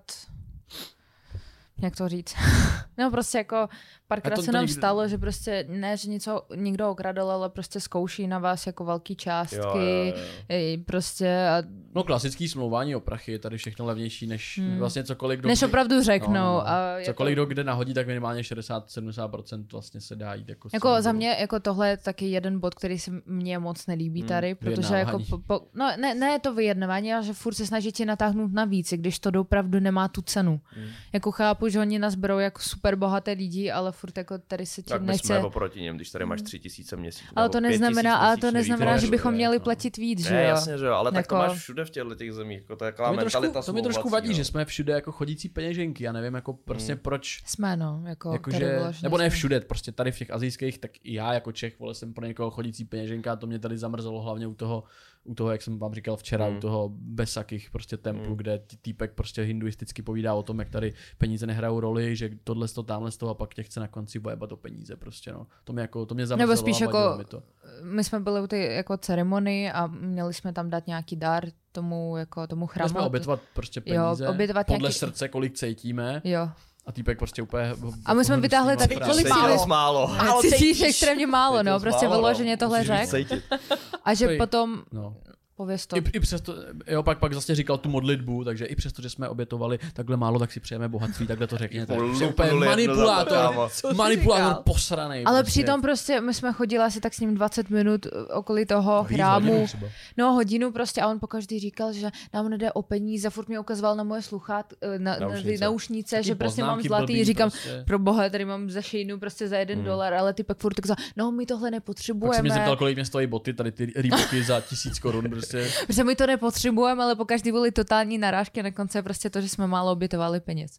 jak to říct, no prostě jako
A
párkrát
to-
se
to
nám
nikdy-
stalo, že prostě ne, že něco někdo okradl, ale prostě zkouší na vás jako velký částky,
Jo, jo, jo.
i prostě a
No klasický smlouvání o prachy je tady všechno levnější než
Hmm.
vlastně cokoliv, kdo...
než opravdu řeknou.
No, no, no.
A je
Cokoliv,
to,
kdo kde nahodí, tak minimálně šedesát až sedmdesát procent vlastně se dá jít jako...
jako za mě jako tohle je taky jeden bod, který se mně moc nelíbí
Hmm,
tady, protože jako
vyjednávání.
po, po, no ne, ne to vyjednávání, ale že furt se snaží ti natáhnout na víc, i když to opravdu nemá tu cenu.
Hmm.
Jako chápu, že oni nás berou jako super bohaté lidi, ale furt jako tady se ti
tak my
nechce.
jsme oproti něm, když tady máš tři tisíce měsíc.
Ale
nebo
to
pět
neznamená,
tisíc
ale to
měsíčně,
neznamená,
víš,
že
to
bychom
je,
měli
no.
platit víc, že
Ne,
jo?
jasně, že jo, ale tak to
Jako-
máš všude v těchto těch zemích, jako to je
To
taková
mi trošku,
mentalita
to mi trošku
smlouvací,
vadí,
no.
že jsme všude jako chodící peněženky, já nevím jako prostě proč,
Jsme no, jako,
jako
tady
že,
vyloženě
nebo ne
jsme.
všude, prostě tady v těch azijských, tak i já jako Čech, vole, jsem pro někoho chodící peněženka a to mě tady zamrzelo hlavně u toho, u toho, jak jsem vám říkal včera,
Mm.
u toho Besakých prostě templu,
Mm.
kde t- týpek prostě hinduisticky povídá o tom, jak tady peníze nehrajou roli, že tohle to, tamhle z toho a pak tě chce na konci bojebat o peníze prostě, no. To mě jako, to mě zamrzelo
Nebo spíš
a vadilo
jako-
mi to.
My jsme byli u té jako ceremonii a měli jsme tam dát nějaký dar tomu, jako tomu
Chtěli jsme
chrámu.
obětovat prostě
Jo,
peníze,
obětovat
podle
nějaký-
srdce, kolik cítíme
Jo.
a týpek prostě úplně...
A my jsme vytáhli taky kolik
Cítíš
málo.
málo.
A cítíš extrémně málo,
Cítíš
no, prostě
málo, no.
vyloženě tohle
Musíš víc
řek.
cítit.
A že
Prej.
potom,
No.
pověz to.
I, I přesto, jo, pak, pak zase říkal tu modlitbu, takže i přesto, že jsme obětovali takhle málo, tak si přejeme bohatství, takhle to řekněte.
Lupnuli
Prostě úplně
jedno za
manipulátor,
kámo.
manipulátor posranej.
Ale
prostě.
přitom prostě my jsme chodili asi tak s ním dvacet minut okolí toho
Víc,
chrámu.
hodinu třeba.
No hodinu prostě a on pokaždý říkal, že nám nejde o peníze, furt mě ukazoval na moje sluchát, na, na,
Naušnice.
na naušnice,
Taky
že prostě mám
poznámky
zlatý,
blbý
říkám,
prostě.
pro boha, tady mám za šejnu prostě za jeden
Hmm.
dolar, ale ty pak furt tak no my tohle
Pak se mě
nepotřebujeme,
zeptal, kolik mě stojí boty, tady ty rýboky za tisíc korun, prostě.
protože my to nepotřebujeme, ale pokaždý byly totální narážky a na konci je prostě to, že jsme málo obětovali peněz.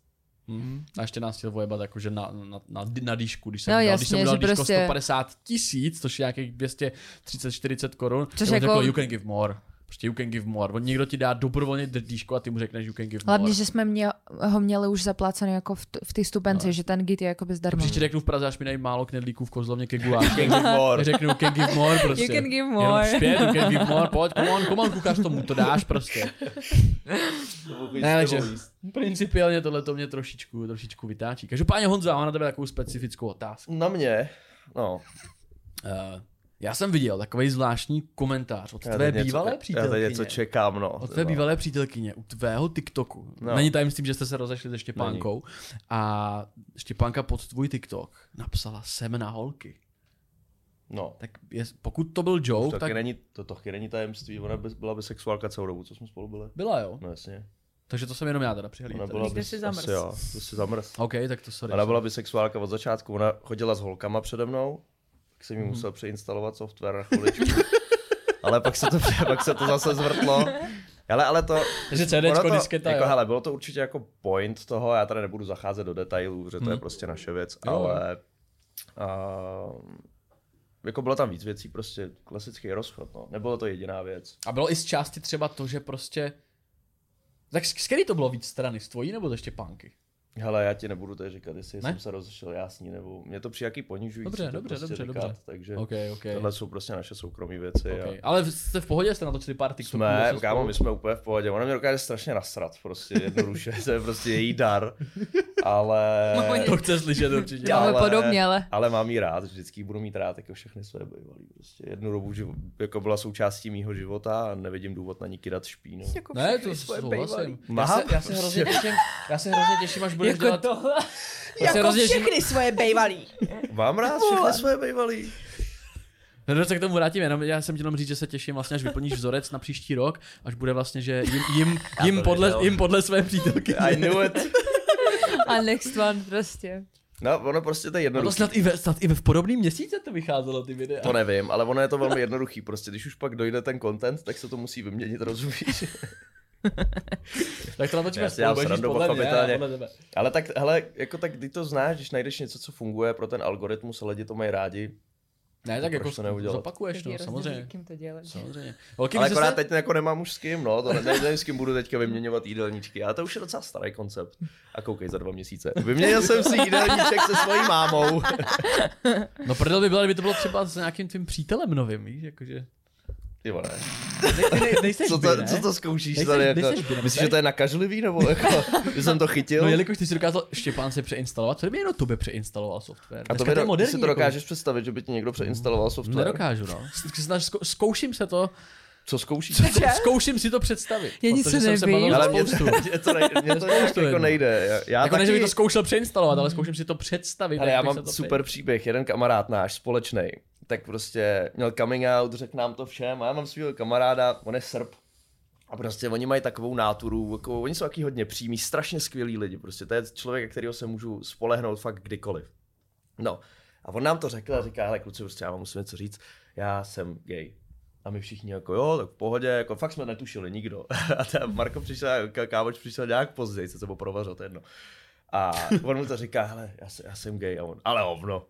Mm-hmm. A ještě nás chtěl vojebat jakože na, na, na, na dýšku, když jsem
No,
no,
jasně,
když jsem udělal
že
dýško
prostě-
sto padesát tisíc, což je nějakých dvě stě třicet čtyřicet korun,
Což
jako...
jako-
řekl, you can give more. Prostě you can give more. On někdo ti dá dobrovolně dýško a ty mu řekneš you can give more.
Hlavně, že jsme mě, ho měli už zaplacený jako v, t- v té stupenci,
No.
že ten git je jako bezdarný.
Příště řeknu v Praze, až mi dají málo knedlíků v kozlovně ke gulášku.
Can give more.
Řeknu you can give more prostě.
You can give
Jenom
more.
zpět, you can give more, pojď, come on, come on, kuchař, tomu to dáš prostě. Ne, takže principiálně tohle to mě trošičku, trošičku vytáčí. Každopádně Honzo, já mám na tebe takovou specifickou otázku.
Na mě, no.
Uh, já jsem viděl takový zvláštní komentář od
Já
tvé
teď něco-
bývalé
Já
přítelkyně.
tady něco čekám, no.
Od tvé bývalé přítelkyně, u tvého TikToku.
No.
Není tajemstvím, že jste se rozešli se Štěpánkou. A Štěpánka pod tvůj TikTok napsala sem na holky.
No.
Tak je, pokud to byl joke,
To
tak
taky není, to taky není tajemství, ona by, byla bisexuálka celou dobu, co jsme spolu byli.
byla, jo.
No jasně.
Takže to jsem jenom já teda přihlídl.
Ona byla
Někde
bis,
si zamrz.
asi jo, to si zamrz.
OK, tak to sorry.
Ona byla bisexuálka od začátku, ona chodila s holkama přede mnou, tak jsem jí
Mhm.
musel přeinstalovat software na chviličku. Ale pak se to, pak se to zase zvrtlo. Ale, ale to...
Takže
ono
CDčko,
to,
disketa,
jako,
jo.
hele, bylo to určitě jako point toho, já tady nebudu zacházet do detailů, že to je
Hmm.
prostě naše věc,
Jo.
ale... A, jako bylo tam víc věcí, prostě klasický rozchod, no. Nebylo to jediná věc.
A bylo i z části třeba to, že prostě... Tak z z který to bylo víc strany? Z tvojí nebo ze Štěpánky?
Hele, já ti nebudu tady říkat, jestli
Ne?
jsem se rozešel já s ní, nebo mě to přijde jaký ponižující.
Dobře,
to
dobře,
prostě
dobře,
říkat,
dobře.
Takže
OK, OK.
tohle jsou prostě naše soukromé věci.
okay.
A
Ale jste v pohodě, jste natočili pár TikToků?
jsme,
zase
kámo,
spolu?
my jsme úplně v pohodě. Ona mě dokáže strašně nasrat, prostě jednoduše, to je prostě její dar. Ale...
To chce slyšet určitě.
Já- Máme podobně, ale-
ale mám jí rád, vždycky ji budu mít rád jako všechny své bývalý. Prostě jednu dobu živo, jako byla součástí mýho života a nevidím důvod na ní kydat špínu.
Jako
Ne,
všechny
to
svoje
souhlasím.
bejvalý.
Já
Mám
se, já se hrozně těším, já se hrozně těším, až budeš
Jako
dělat...
tohle.
Já se
Jako
hrozně těším,
všechny svoje bejvalý.
Mám rád všechny své bývalý.
no, se k tomu vrátím, jenom já jsem chtěl jenom říct, že se těším vlastně, až vyplníš vzorec na příští rok, až bude vlastně, že jim, jim, jim,
to
podle,
věděl.
jim podle své přítelky.
I knew it.
A next one prostě.
No, ono prostě to je
No to
jednoduchý.
snad i ve, snad i ve v podobným měsíce to vycházelo, ty videa.
To nevím, ale ono je to velmi jednoduchý. Prostě když už pak dojde ten content, tak se to musí vyměnit, rozumíš?
Tak to natočíme
Já si dělám
spolu, budeš
srandu,
podle mě,
pochopitelně.
já podle tebe.
Ale tak, hele, jako tak ty to znáš, když najdeš něco, co funguje pro ten algoritmus a lidi to mají rádi.
Ne, tak
Proč
jako
to neudělat?
zopakuješ, no, samozřejmě.
Kým to dělat.
Samozřejmě. Holky,
Ale
vy jste
akorát
se...
teď jako nemám už s kým, no, to ne, nevím, s kým budu teďka vyměňovat jídelníčky, ale to už je docela starý koncept. A koukej za dva měsíce. Vyměnil jsem si jídelníček se svojí mámou.
No prdel by bylo, kdyby to bylo třeba s nějakým tvým přítelem novým, víš, jakože...
Ty vole.
Ne, ne, nejseš
Co
by,
to,
ne?
co to zkoušíš
Nejseš-
tady? Jako,
nejseš by, nebo
myslíš,
tak?
že to je nakažlivý, nebo jako, že jsem to chytil?
No jelikož ty si dokázal Štěpán si přeinstalovat, co kdyby jenom tobě přeinstaloval software?
A to,
Dneska
by,
moderní,
ty si to
jako-
dokážeš představit, že by ti někdo přeinstaloval software?
Nedokážu, no. Snaž, zko- zkouším se to,
Co zkoušíš?
zkouším si to představit.
Já nic
protože jsem se
nevím.
bavil
Ale
na
mě,
spoustu.
mě to, nejde, mě to nějak
Spoustu
jako
jedno.
nejde. Já, já
Jako ne,
taky,
že bych to zkoušel přeinstalovat, ale zkouším si to představit.
ale
jak
já
bych se
mám
to
super příběh. Jeden kamarád náš, společný, tak prostě měl coming out, řekl nám to všem. A já mám svého kamaráda, on je Srb. A prostě oni mají takovou náturu, jako, oni jsou taky hodně přímí, strašně skvělí lidi. Prostě to je člověk, kterého se můžu spolehnout fakt kdykoliv. No, a on nám to řekl a říká, hele kluci, prostě já vám musím něco říct, já jsem gay. A my všichni jako jo, tak v pohodě, jako fakt jsme netušili nikdo. A ten Marko přišel, kámoč přišel nějak později, se sebou provařil, to je jedno. A on mu to říká, hele, já, jsem, já jsem gay. A on, ale hovno.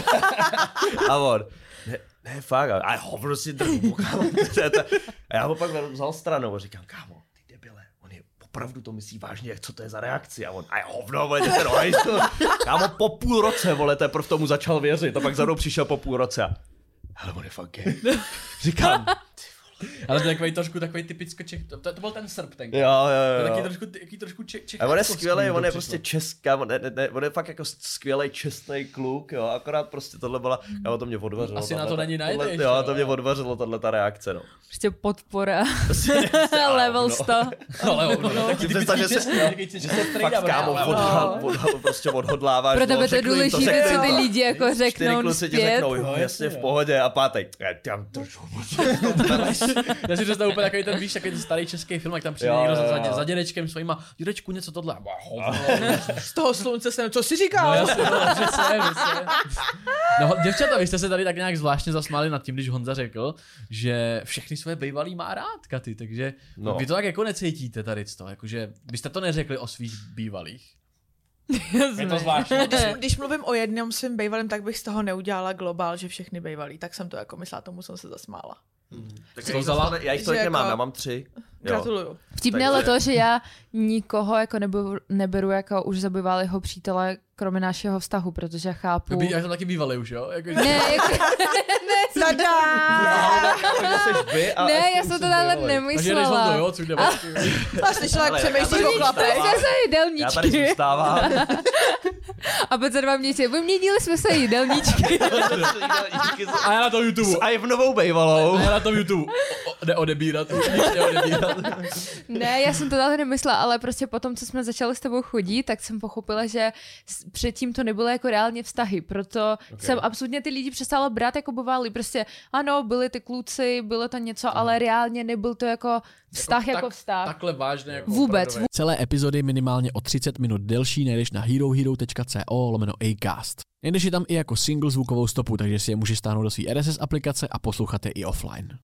A on, ne, ne fakt, ale hovno si drhu, kámo. A já ho pak vzal stranou a říkám, kámo, ty debile, on je opravdu to myslí vážně, co to je za reakci. A on, a hovno, vole, jděte do hajzlu. Kámo, po půl roce, vole, teprve tomu začal věřit. A pak za mnou přišel po půl roce a, hele, on je fakt gay. Říkám,
Ale to je takový trošku takový typicky Čech, to, to, to byl ten Srb ten.
jo, jo,
To je taky
jo.
trošku, taky trošku Čech, Čech.
A on je skvělý, on je prostě česká, on je, ne, ne, on je fakt jako skvělý čestný kluk, jo, akorát prostě tohle byla, jo, to mě odvařilo.
Asi na to
tohle-
není najde
tohle-
ještě,
Jo,
no,
to mě
jo.
odvařilo, tahle ta reakce, no.
Prostě podpora.
Ale
Level
hovno.
sto.
Ale jo, no, taky
Ty představ, že
typický
se-
Čech, taky Čech, Čech,
Fakt kámo, odhad, odhad, prostě odhodláváš.
Pro
no,
tebe to je
řeknu jim
důležité,
řeknu
co ty
jim to.
lidi jako
Čtyři
řeknou
kluci ti
zpět.
řeknou, jo,
No,
jasně,
jasně,
v
jo.
pohodě, a pátej, já tam trošku.
Já si představu úplně takový ten, víš, takový ten starý český film, jak tam přijde
Jo,
někdo
jo,
za,
jo.
za, za dědečkem svýma, dědečku něco tohle.
Z toho slunce jsem, co jsi
No
říkal?
jasně, no, přesně, přesně. No děvčata, vy jste se tady tak nějak zvláštně zasmáli nad tím, když Honza řekl, že všechny své bývalý má rád, Katy, takže
No.
vy to tak jako necítíte tady z toho, jakože byste to neřekli o svých bývalých. Je to zvláštní.
Když, když mluvím o jednom svým bejvalým, tak bych z toho neudělala globál, že všechny bejvalí. Tak jsem to jako myslela, tomu jsem se zasmála.
Hmm. Tak
Co vzala?
Já jich tolik
Že
nemám,
jako-
já mám tři.
Gratuluju.
Vtipné ale to, že já nikoho jako neberu, neberu jako už zabývalého přítele, kromě našeho vztahu, protože chápu...
By, já jsem taky bývalý už, jo? Jako,
Ne, jako,
Tada!
ne, já jsem to takhle
takže nejsem to,
nemyslela.
jo? Co jde?
A slyšela, jak
Ale
přemýšlíš
já
o
tady
chlapech.
zůstávám.
Jsme se
Já tady
jídelníčky.
zůstávám.
A pak za dva měsíce, vyměnili jsme se jídelníčky.
A já na tom YouTube.
A je v novou bejvalou.
A já na tom YouTube. O, o, neodebírat, už nic neodebírat.
Ne, já jsem to takhle nemyslela, ale prostě potom, co jsme začali s tebou chodit, tak jsem pochopila, že s- předtím to nebylo jako reálně vztahy, proto okay. jsem absolutně ty lidi přestala brát jako bovali. Prostě ano, byli ty kluci, bylo to něco, ale reálně nebyl to jako vztah jako,
tak,
jako vztah.
Takhle vážně. Jako
Vůbec,
opravdové.
Celé epizody minimálně o třicet minut delší najdeš na herohero.co lomeno Acast. Najdeš je tam i jako single zvukovou stopu, takže si je můžeš stáhnout do své R S S aplikace a poslouchat je i offline.